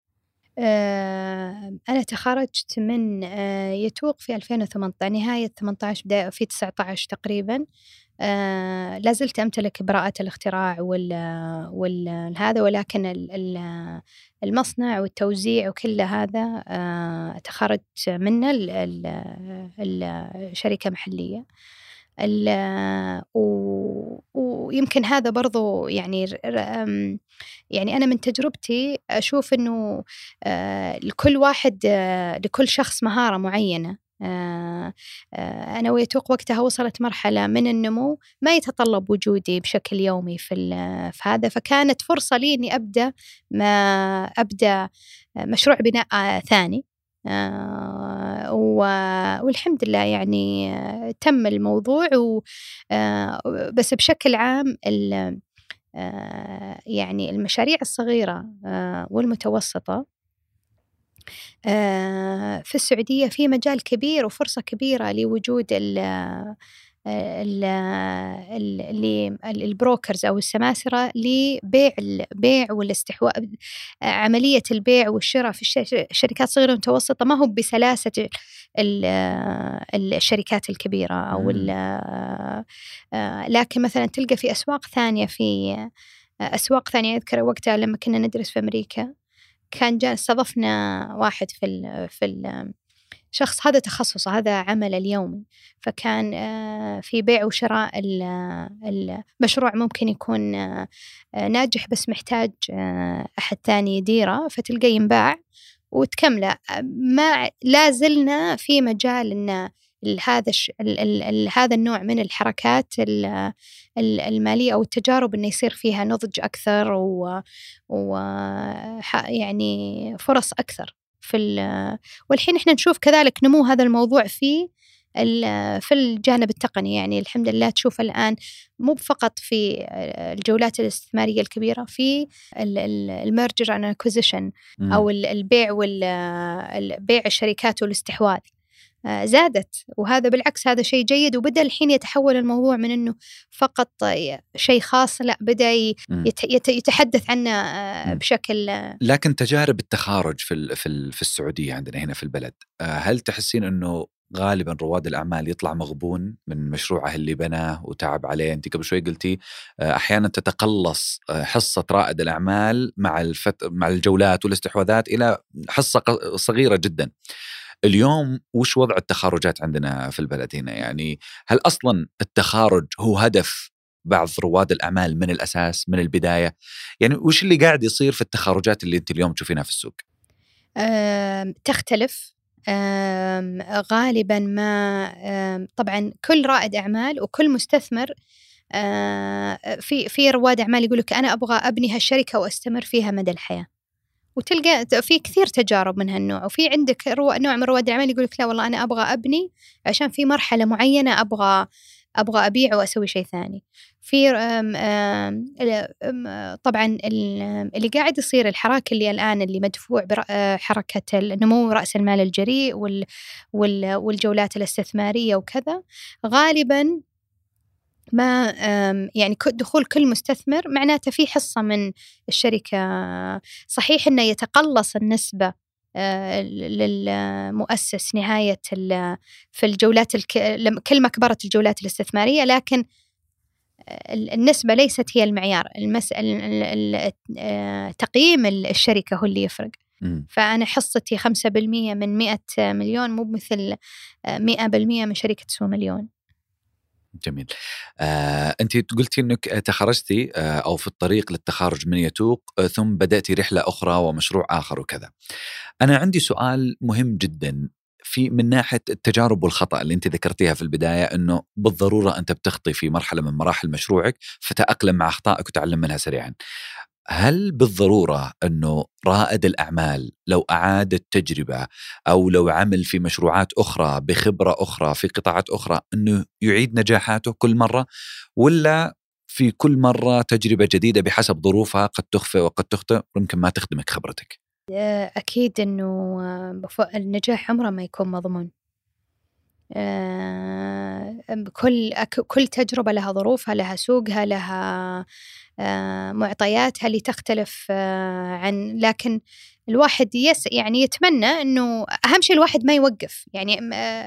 أنا تخرجت من يتوق في ألفين وثمانية عشر، نهاية ثمانية عشر بداية في تسعة عشر تقريبا. لازلت أمتلك براءة الاختراع وال وال هذا، ولكن المصنع والتوزيع وكل هذا تخرجت منه الشركة محلية. ويمكن هذا برضو يعني يعني أنا من تجربتي أشوف إنه لكل واحد لكل شخص مهارة معينة. أنا ويتوق وقتها وصلت مرحلة من النمو ما يتطلب وجودي بشكل يومي في في هذا، فكانت فرصة لي إني أبدأ ما أبدأ مشروع بناء ثاني. آه والحمد لله يعني آه تم الموضوع. آه بس بشكل عام آه يعني المشاريع الصغيرة آه والمتوسطة آه في السعودية في مجال كبير وفرصة كبيرة لوجود ال اللي البروكرز أو السماسرة لبيع البيع والاستحواء. عملية البيع والشراء في الشركات الصغيرة والمتوسطة ما هو بسلاسة الشركات الكبيرة أو لكن مثلا تلقى في أسواق ثانية في أسواق ثانية. أذكر وقتها لما كنا ندرس في أمريكا كان جاء استضفنا واحد في ال في ال شخص هذا تخصصه هذا عمل اليومي، فكان في بيع وشراء المشروع ممكن يكون ناجح بس محتاج أحد ثاني يديره، فتلقى ينباع وتكمله. ما لازلنا في مجال إن هذا ال ال ال هذا النوع من الحركات ال المالية أو التجارب إنه يصير فيها نضج أكثر و, و يعني فرص أكثر في والحين إحنا نشوف كذلك نمو هذا الموضوع في في الجانب التقني. يعني الحمد لله تشوف الآن مو فقط في الجولات الاستثمارية الكبيرة، في الميرجر أند أكوزيشن أو البيع والبيع الشركات والاستحواذ زادت، وهذا بالعكس هذا شيء جيد. وبدأ الحين يتحول الموضوع من أنه فقط شيء خاص، لا بدأ يتحدث عنه بشكل. لكن تجارب التخارج في في السعودية عندنا هنا في البلد، هل تحسين أنه غالبا رواد الأعمال يطلع مغبون من مشروعه اللي بناه وتعب عليه؟ أنت قبل شوي قلتي أحيانا تتقلص حصة رائد الأعمال مع الفت... مع الجولات والاستحواذات إلى حصة صغيرة جدا. اليوم وش وضع التخارجات عندنا في البلد هنا؟ يعني هل أصلا التخارج هو هدف بعض رواد الأعمال من الأساس من البداية؟ يعني وش اللي قاعد يصير في التخارجات اللي أنت اليوم تشوفينها في السوق؟ أه، تختلف. أه، غالبا ما أه، طبعا كل رائد أعمال وكل مستثمر أه، في في رواد أعمال يقولك أنا أبغى أبني هالشركة وأستمر فيها مدى الحياة، وتلقى في كثير تجارب من هالنوع. وفي عندك نوع من رواد الأعمال يقولك لا والله أنا أبغى أبني عشان في مرحلة معينة أبغى أبغى أبيع وأسوي شيء ثاني. في أم أم طبعا اللي قاعد يصير الحراك اللي الآن اللي مدفوع بحركة نمو رأس المال الجريء والجولات الاستثمارية وكذا، غالبا ما يعني دخول كل مستثمر معناته في حصة من الشركة. صحيح إنه يتقلص النسبة للمؤسس نهاية في الجولات كل ما كبرت الجولات الاستثمارية، لكن النسبة ليست هي المعيار. المسألة تقييم الشركة هو اللي يفرق. فأنا حصتي خمسة بالمية من مئة مليون مو مثل مئة بالمية من شركة سو مليون. جميل. آه، أنت قلتي أنك تخرجتي آه، أو في الطريق للتخارج من يتوق، آه، ثم بدأتي رحلة أخرى ومشروع آخر وكذا. أنا عندي سؤال مهم جدا في من ناحية التجارب والخطأ اللي أنت ذكرتيها في البداية، أنه بالضرورة أنت بتخطي في مرحلة من مراحل مشروعك فتأقلم مع أخطائك وتعلم منها سريعا. هل بالضرورة أنه رائد الأعمال لو أعاد التجربة أو لو عمل في مشروعات أخرى بخبرة أخرى في قطاعات أخرى أنه يعيد نجاحاته كل مرة، ولا في كل مرة تجربة جديدة بحسب ظروفها قد تخفى وقد تخطئ ويمكن ما تخدمك خبرتك؟ أكيد أنه النجاح عمره ما يكون مضمون. كل كل تجربة لها ظروفها، لها سوقها، لها معطياتها اللي تختلف عن. لكن الواحد يس يعني يتمنى إنه أهم شيء الواحد ما يوقف، يعني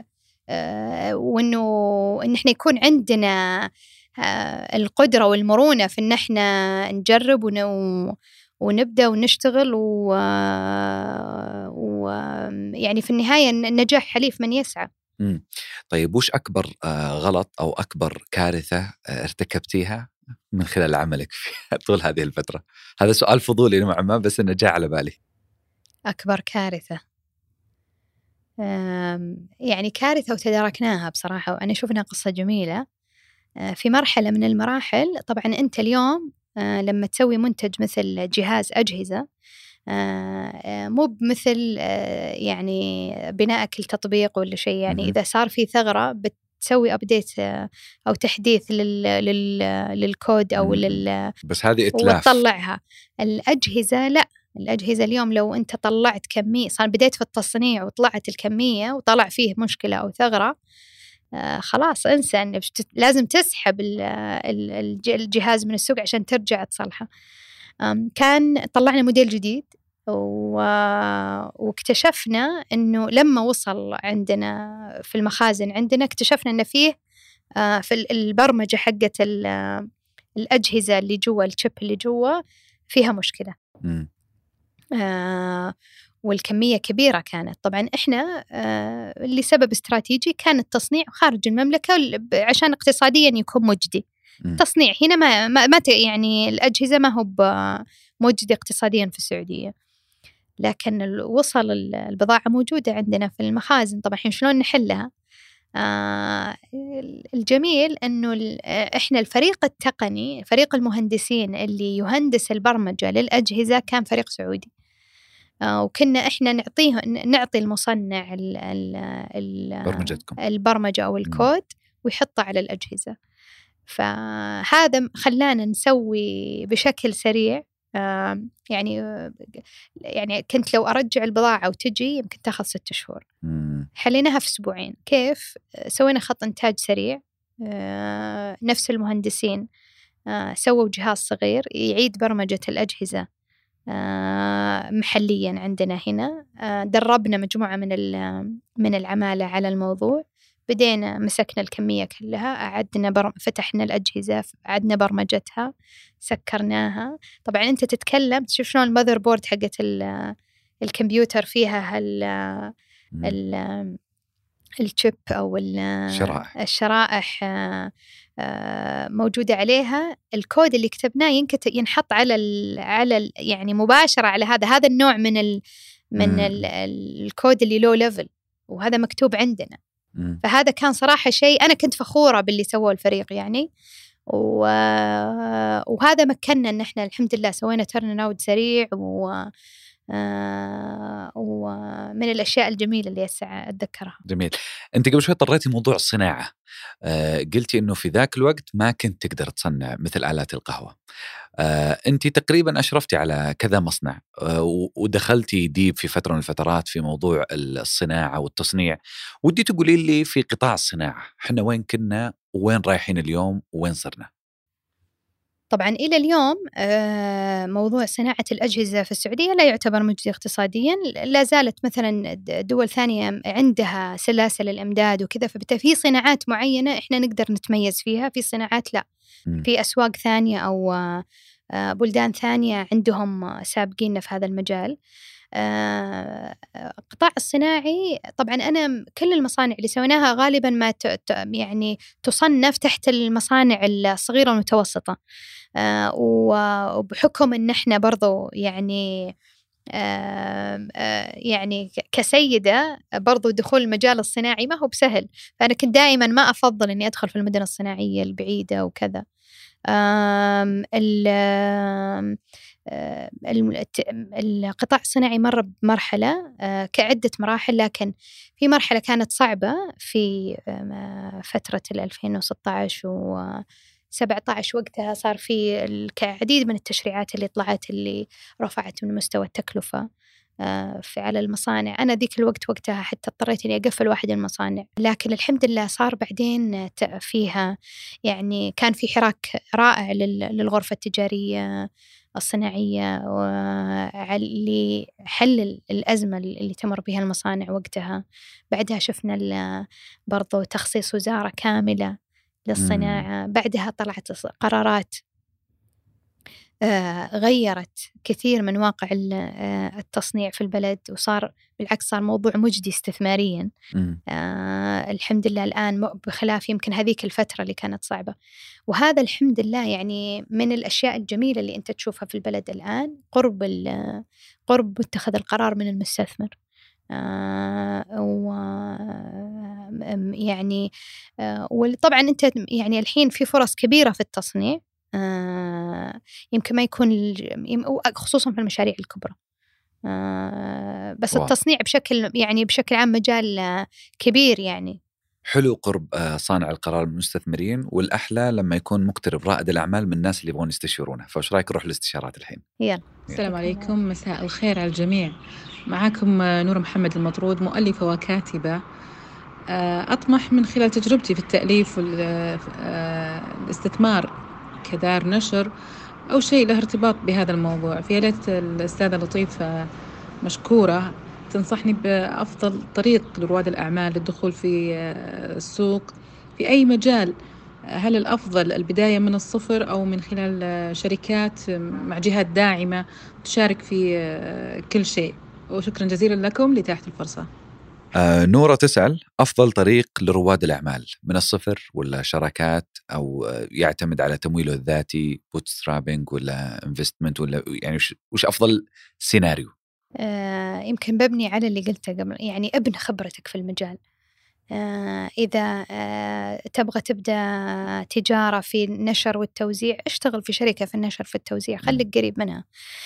وإنه إن إحنا يكون عندنا القدرة والمرونة في إن إحنا نجرب ون ونبدأ ونشتغل و... و يعني في النهاية النجاح حليف من يسعى. مم. طيب وش أكبر آه غلط أو أكبر كارثة آه ارتكبتيها من خلال عملك في طول هذه الفترة؟ هذا سؤال فضولي نوعا ما بس إنه جاء على بالي. أكبر كارثة يعني كارثة وتداركناها بصراحة، وأنا أشوف إنها قصة جميلة. في مرحلة من المراحل طبعا أنت اليوم لما تسوي منتج مثل جهاز أجهزة، مو بمثل يعني بناءك التطبيق ولا شيء، يعني إذا صار في ثغرة بتسوي أبديت أو تحديث لل لل للكود أو لل بس هذه إتلاف وتطلعها. الأجهزة لا، الأجهزة اليوم لو أنت طلعت كمية، صار بديت في التصنيع وطلعت الكمية وطلع فيه مشكلة أو ثغرة، آه خلاص انسى إن لازم تسحب الجهاز من السوق عشان ترجع تصلحه. كان طلعنا موديل جديد واكتشفنا إنه لما وصل عندنا في المخازن عندنا اكتشفنا إن فيه آه في البرمجة حقة الأجهزة اللي جوا الشيب اللي جوا فيها مشكلة. آه والكمية كبيرة كانت. طبعا إحنا آه لسبب استراتيجي كان التصنيع خارج المملكة عشان اقتصاديا يكون مجدي. تصنيع هنا ما, ما, ما يعني الأجهزة ما هو مجدي اقتصاديا في السعودية، لكن وصل البضاعة موجودة عندنا في المخازن. طبعا إحنا شلون نحلها؟ آه الجميل أنه إحنا الفريق التقني، فريق المهندسين اللي يهندس البرمجة للأجهزة كان فريق سعودي. آه وكنا إحنا نعطيه نعطي المصنع ال ال برمجتكم البرمجة أو الكود ويحطه على الأجهزة. فهذا خلانا نسوي بشكل سريع. آه يعني يعني كنت لو أرجع البضاعة وتجي يمكن تاخذ ستة شهور، حليناها في أسبوعين. كيف؟ سوينا خط إنتاج سريع. آه نفس المهندسين آه سووا جهاز صغير يعيد برمجة الأجهزة آه محليا عندنا هنا. آه دربنا مجموعة من من العمالة على الموضوع. بدينا مسكنا الكمية كلها، أعدنا برم... فتحنا الأجهزة، أعدنا برمجتها، سكرناها. طبعا أنت تتكلم تشوف شلون المذر بورد حقت ال... الكمبيوتر فيها هال ال الشيب أو الشرائح, الشرائح موجودة عليها. الكود اللي كتبناه ينكت ينحط على ال على ال يعني مباشرة على هذا هذا النوع من ال من ال الكود اللي لو ليفل، وهذا مكتوب عندنا. مم. فهذا كان صراحة شيء أنا كنت فخورة باللي سووه الفريق يعني. و... وهذا مكننا إن إحنا الحمد لله سوينا تيرن أراوند سريع. و آه ومن الأشياء الجميلة اللي أسعى أتذكرها. جميل. أنت قبل شوي طريتي موضوع الصناعة. آه قلتي إنه في ذاك الوقت ما كنت تقدر تصنع مثل آلات القهوة. آه أنت تقريبا أشرفتي على كذا مصنع، آه ودخلتي ديب في فترة من الفترات في موضوع الصناعة والتصنيع. ودي تقولي لي في قطاع الصناعة حنا وين كنا وين رايحين اليوم وين صرنا؟ طبعا إلى اليوم موضوع صناعة الأجهزة في السعودية لا يعتبر مجدي اقتصاديا. لا زالت مثلا دول ثانية عندها سلاسل الإمداد وكذا، فبالتالي في صناعات معينة إحنا نقدر نتميز فيها، في صناعات لا. في أسواق ثانية أو بلدان ثانية عندهم سابقين في هذا المجال. القطاع الصناعي طبعا أنا كل المصانع اللي سويناها غالبا ما ت يعني تصنف تحت المصانع الصغيرة والمتوسطة. وبحكم أن احنا برضو يعني يعني كسيدة برضو دخول المجال الصناعي ما هو بسهل، فأنا كنت دائما ما أفضل أني أدخل في المدن الصناعية البعيدة وكذا. القطاع الصناعي مر بمرحلة كعدة مراحل، لكن في مرحلة كانت صعبة في فترة ألفين وستة عشر وسبعة عشر. وقتها صار في العديد من التشريعات اللي طلعت اللي رفعت من مستوى التكلفة في على المصانع. أنا ذيك الوقت وقتها حتى اضطريت إني أقفل واحد من المصانع، لكن الحمد لله صار بعدين فيها يعني كان في حراك رائع للغرفة التجارية الصناعية لحل الأزمة اللي تمر بها المصانع وقتها. بعدها شفنا برضو تخصيص وزارة كاملة للصناعة. بعدها طلعت قرارات آه غيرت كثير من واقع التصنيع في البلد، وصار بالعكس صار موضوع مجدي استثماريا. آه الحمد لله الآن بخلاف يمكن هذيك الفترة اللي كانت صعبة. وهذا الحمد لله يعني من الأشياء الجميلة اللي أنت تشوفها في البلد الآن، قرب قرب اتخذ القرار من المستثمر. آه و يعني آه وطبعا أنت يعني الحين في فرص كبيرة في التصنيع. آه يمكن ما يكون خصوصا في المشاريع الكبرى. آه بس واو. التصنيع بشكل يعني بشكل عام مجال كبير يعني. حلو قرب صانع القرار من المستثمرين، والأحلى لما يكون مقترب رائد الأعمال من الناس اللي يبغون يستشيرونه. فايش رايك نروح للاستشارات الحين؟ يلا. السلام عليكم، مساء الخير على الجميع. معكم نور محمد المطرود، مؤلفة وكاتبة. أطمح من خلال تجربتي في التأليف والاستثمار كدار نشر أو شيء له ارتباط بهذا الموضوع. في ليت الأستاذة لطيفة مشكورة تنصحني بأفضل طريق لرواد الأعمال للدخول في السوق في أي مجال. هل الأفضل البداية من الصفر أو من خلال شركات مع جهات داعمة تشارك في كل شيء؟ وشكرا جزيلا لكم لإتاحة الفرصة. آه نورة تسأل أفضل طريق لرواد الأعمال من الصفر ولا شراكات، أو يعتمد على تمويله الذاتي بوتسترابينج ولا انفستمنت، ولا يعني وش, وش أفضل سيناريو؟ آه يمكن ببني على اللي قلته قبل، يعني ابن خبرتك في المجال. إذا تبغى تبدأ تجارة في النشر والتوزيع، اشتغل في شركة في النشر في التوزيع، خليك قريب منها.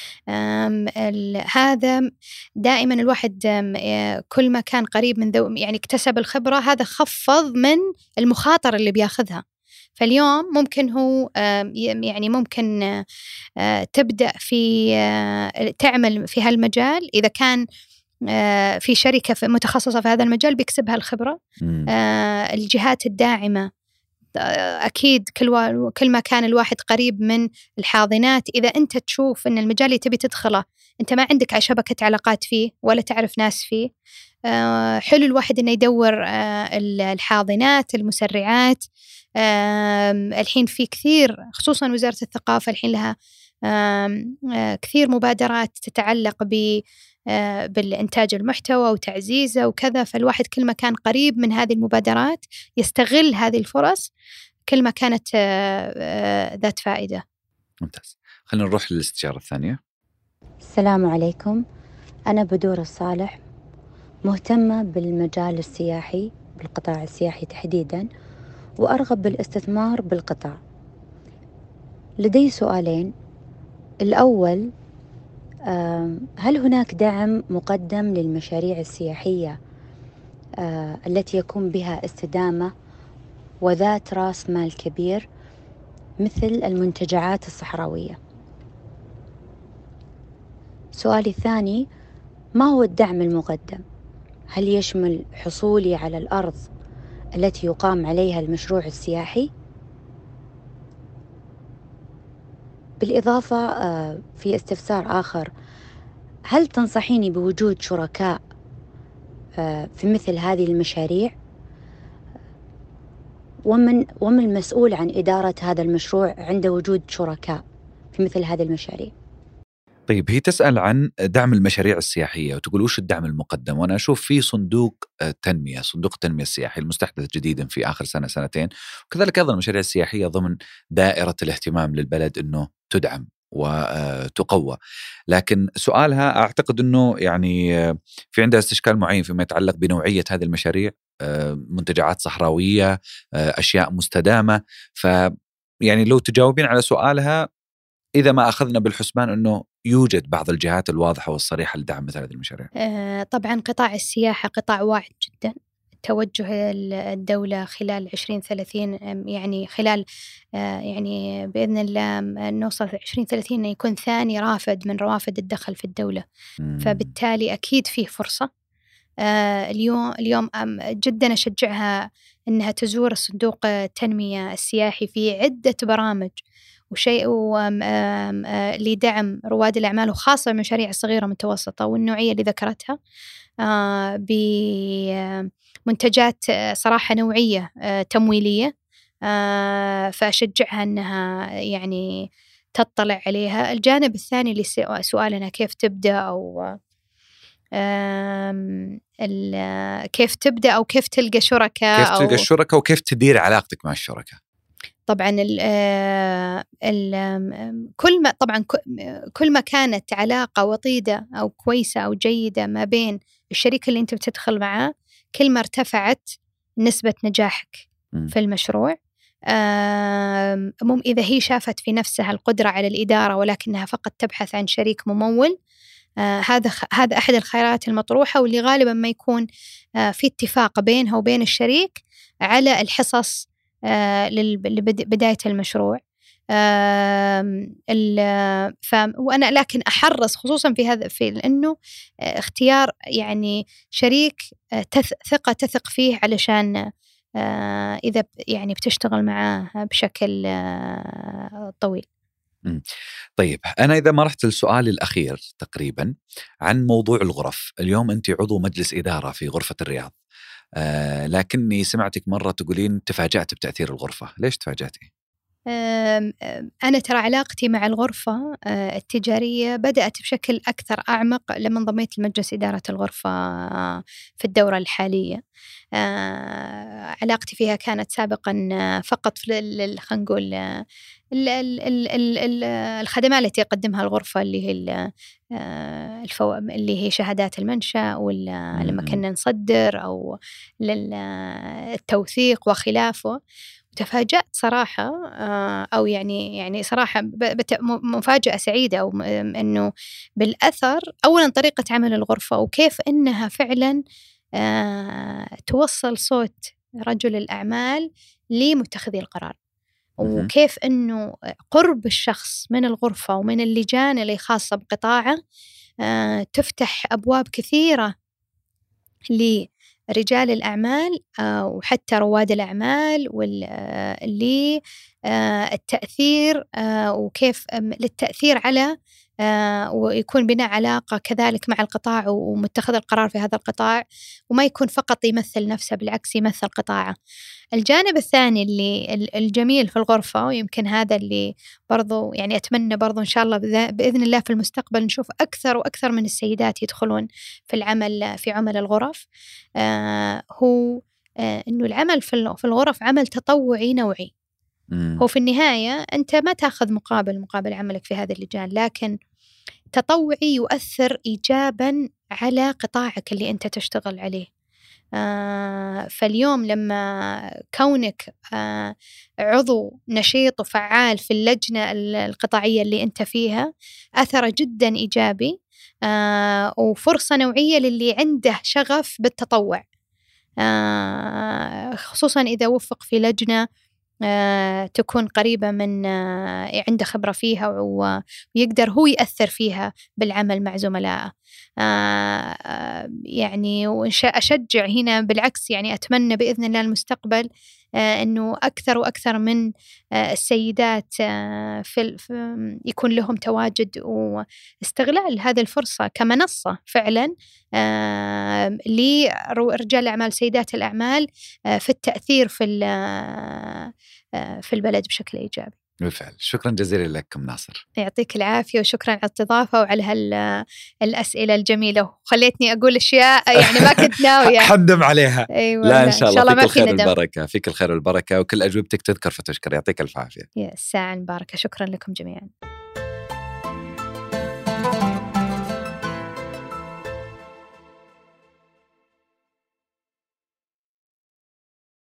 هذا دائما الواحد كل ما كان قريب من ذو يعني اكتسب الخبرة، هذا خفض من المخاطر اللي بياخذها. فاليوم ممكن هو يعني ممكن تبدأ في تعمل في هالمجال، إذا كان في شركة متخصصة في هذا المجال بيكسبها الخبرة. الجهات الداعمة أكيد كل كل ما كان الواحد قريب من الحاضنات، إذا أنت تشوف أن المجال اللي تبي تدخله أنت ما عندك شبكة علاقات فيه ولا تعرف ناس فيه، حلو الواحد أنه يدور الحاضنات المسرعات. الحين في كثير، خصوصا وزارة الثقافة الحين لها كثير مبادرات تتعلق ب بالإنتاج المحتوى وتعزيزه وكذا. فالواحد كل ما كان قريب من هذه المبادرات يستغل هذه الفرص كل ما كانت ذات فائدة. ممتاز. خلينا نروح للاستشارة الثانية. السلام عليكم، أنا بدور الصالح، مهتمة بالمجال السياحي، بالقطاع السياحي تحديدا، وأرغب بالاستثمار بالقطاع. لدي سؤالين. الأول، هل هناك دعم مقدم للمشاريع السياحية التي يكون بها استدامة وذات رأس مال كبير مثل المنتجعات الصحراوية؟ سؤالي الثاني، ما هو الدعم المقدم؟ هل يشمل حصولي على الأرض التي يقام عليها المشروع السياحي؟ بالإضافة في استفسار آخر، هل تنصحيني بوجود شركاء في مثل هذه المشاريع؟ ومن ومن المسؤول عن إدارة هذا المشروع عند وجود شركاء في مثل هذه المشاريع؟ طيب، هي تسأل عن دعم المشاريع السياحية وتقول وش الدعم المقدم. وأنا أشوف في صندوق تنمية، صندوق التنمية السياحي المستحدث جديدا في آخر سنة سنتين، وكذلك أيضا المشاريع السياحية ضمن دائرة الاهتمام للبلد أنه تدعم وتقوى. لكن سؤالها أعتقد أنه يعني في عندها استشكال معين فيما يتعلق بنوعية هذه المشاريع، منتجعات صحراوية، أشياء مستدامة. فيعني لو تجاوبين على سؤالها، إذا ما أخذنا بالحسبان أنه يوجد بعض الجهات الواضحة والصريحة لدعم مثل هذه المشاريع. طبعا قطاع السياحة قطاع واعد جدا. توجه الدولة خلال عشرين ثلاثين، يعني خلال يعني بإذن الله نوصل في عشرين ثلاثين أن يكون ثاني رافد من روافد الدخل في الدولة. مم. فبالتالي أكيد فيه فرصة. اليوم اليوم جدا أشجعها أنها تزور الصندوق التنمية السياحي في عدة برامج وشيء لدعم رواد الأعمال، وخاصة المشاريع الصغيرة والمتوسطة والنوعية اللي ذكرتها، بمنتجات صراحة نوعية تمويلية. فأشجعها أنها يعني تطلع عليها. الجانب الثاني لسؤالنا كيف تبدأ أو كيف تبدأ أو كيف تلقى شركاء، كيف تلقى الشركاء وكيف تدير علاقتك مع الشركاء. طبعا ال ال كل ما طبعا كل ما كانت علاقة وطيدة أو كويسة أو جيدة ما بين الشريك اللي أنت بتدخل معاه، كل ما ارتفعت نسبة نجاحك م. في المشروع. مم إذا هي شافت في نفسها القدرة على الإدارة ولكنها فقط تبحث عن شريك ممول، آه هذا هذا أحد الخيارات المطروحة، واللي غالبا ما يكون آه في اتفاق بينها وبين الشريك على الحصص آه لبداية المشروع. آه وأنا لكن أحرص خصوصا في هذا في لأنه آه اختيار يعني شريك آه تث ثقة تثق فيه، علشان آه إذا يعني بتشتغل معاه بشكل آه طويل. طيب، أنا إذا ما رحت للسؤال الأخير تقريبا عن موضوع الغرف. اليوم أنت عضو مجلس إدارة في غرفة الرياض، آه لكني سمعتك مرة تقولين تفاجأت بتأثير الغرفة. ليش تفاجأتي؟ أنا ترى علاقتي مع الغرفة التجارية بدأت بشكل أكثر أعمق لما انضميت لمجلس إدارة الغرفة في الدورة الحالية. علاقتي فيها كانت سابقا فقط في خلينا نقول الخدمات التي يقدمها الغرفة اللي هي الفو... اللي هي شهادات المنشأ، ولا لما كنا نصدر أو للتوثيق وخلافه. تفاجأت صراحة، أو يعني يعني صراحة مفاجأة سعيدة، أو إنه بالأثر أولاً طريقة عمل الغرفة وكيف إنها فعلاً توصل صوت رجل الأعمال لمتخذي القرار، وكيف إنه قرب الشخص من الغرفة ومن اللجان اللي خاصة بقطاعه تفتح أبواب كثيرة لرجال الأعمال وحتى رواد الأعمال واللي التأثير، وكيف للتأثير على ويكون بناء علاقة كذلك مع القطاع ومتخذ القرار في هذا القطاع، وما يكون فقط يمثل نفسه، بالعكس يمثل قطاعه. الجانب الثاني اللي الجميل في الغرفة، ويمكن هذا اللي برضو يعني أتمنى برضو إن شاء الله بإذن الله في المستقبل نشوف أكثر وأكثر من السيدات يدخلون في العمل في عمل الغرف، آه هو آه إنه العمل في الغرف عمل تطوعي نوعي. مم. هو في النهاية أنت ما تأخذ مقابل مقابل عملك في هذه اللجان، لكن تطوعي يؤثر إيجابا على قطاعك اللي أنت تشتغل عليه. آه فاليوم لما كونك آه عضو نشيط وفعال في اللجنة القطاعية اللي أنت فيها أثر جدا إيجابي، آه وفرصة نوعية للي عنده شغف بالتطوع، آه خصوصا إذا وفق في لجنة آه تكون قريبة من آه عنده خبرة فيها ويقدر هو يأثر فيها بالعمل مع زملائه. آه يعني وأشجع هنا بالعكس، يعني أتمنى بإذن الله المستقبل آه أنه أكثر وأكثر من آه السيدات آه في, في يكون لهم تواجد واستغلال هذه الفرصة كمنصة فعلا آه لرجال الأعمال سيدات الأعمال آه في التأثير في آه في البلد بشكل إيجابي. بالفعل. شكرا جزيلا لكم ناصر. يعطيك العافية، وشكرا على الاستضافة وعلى هالأسئلة الجميلة، وخليتني أقول أشياء يعني ما كنت ناوية حندم عليها. أيوة، لا إن شاء الله, الله فيك الخير ندم. والبركة، فيك الخير والبركة، وكل أجوبتك تذكر فتشكر. يعطيك الف عافية. يا الساعة المباركة. شكرا لكم جميعا.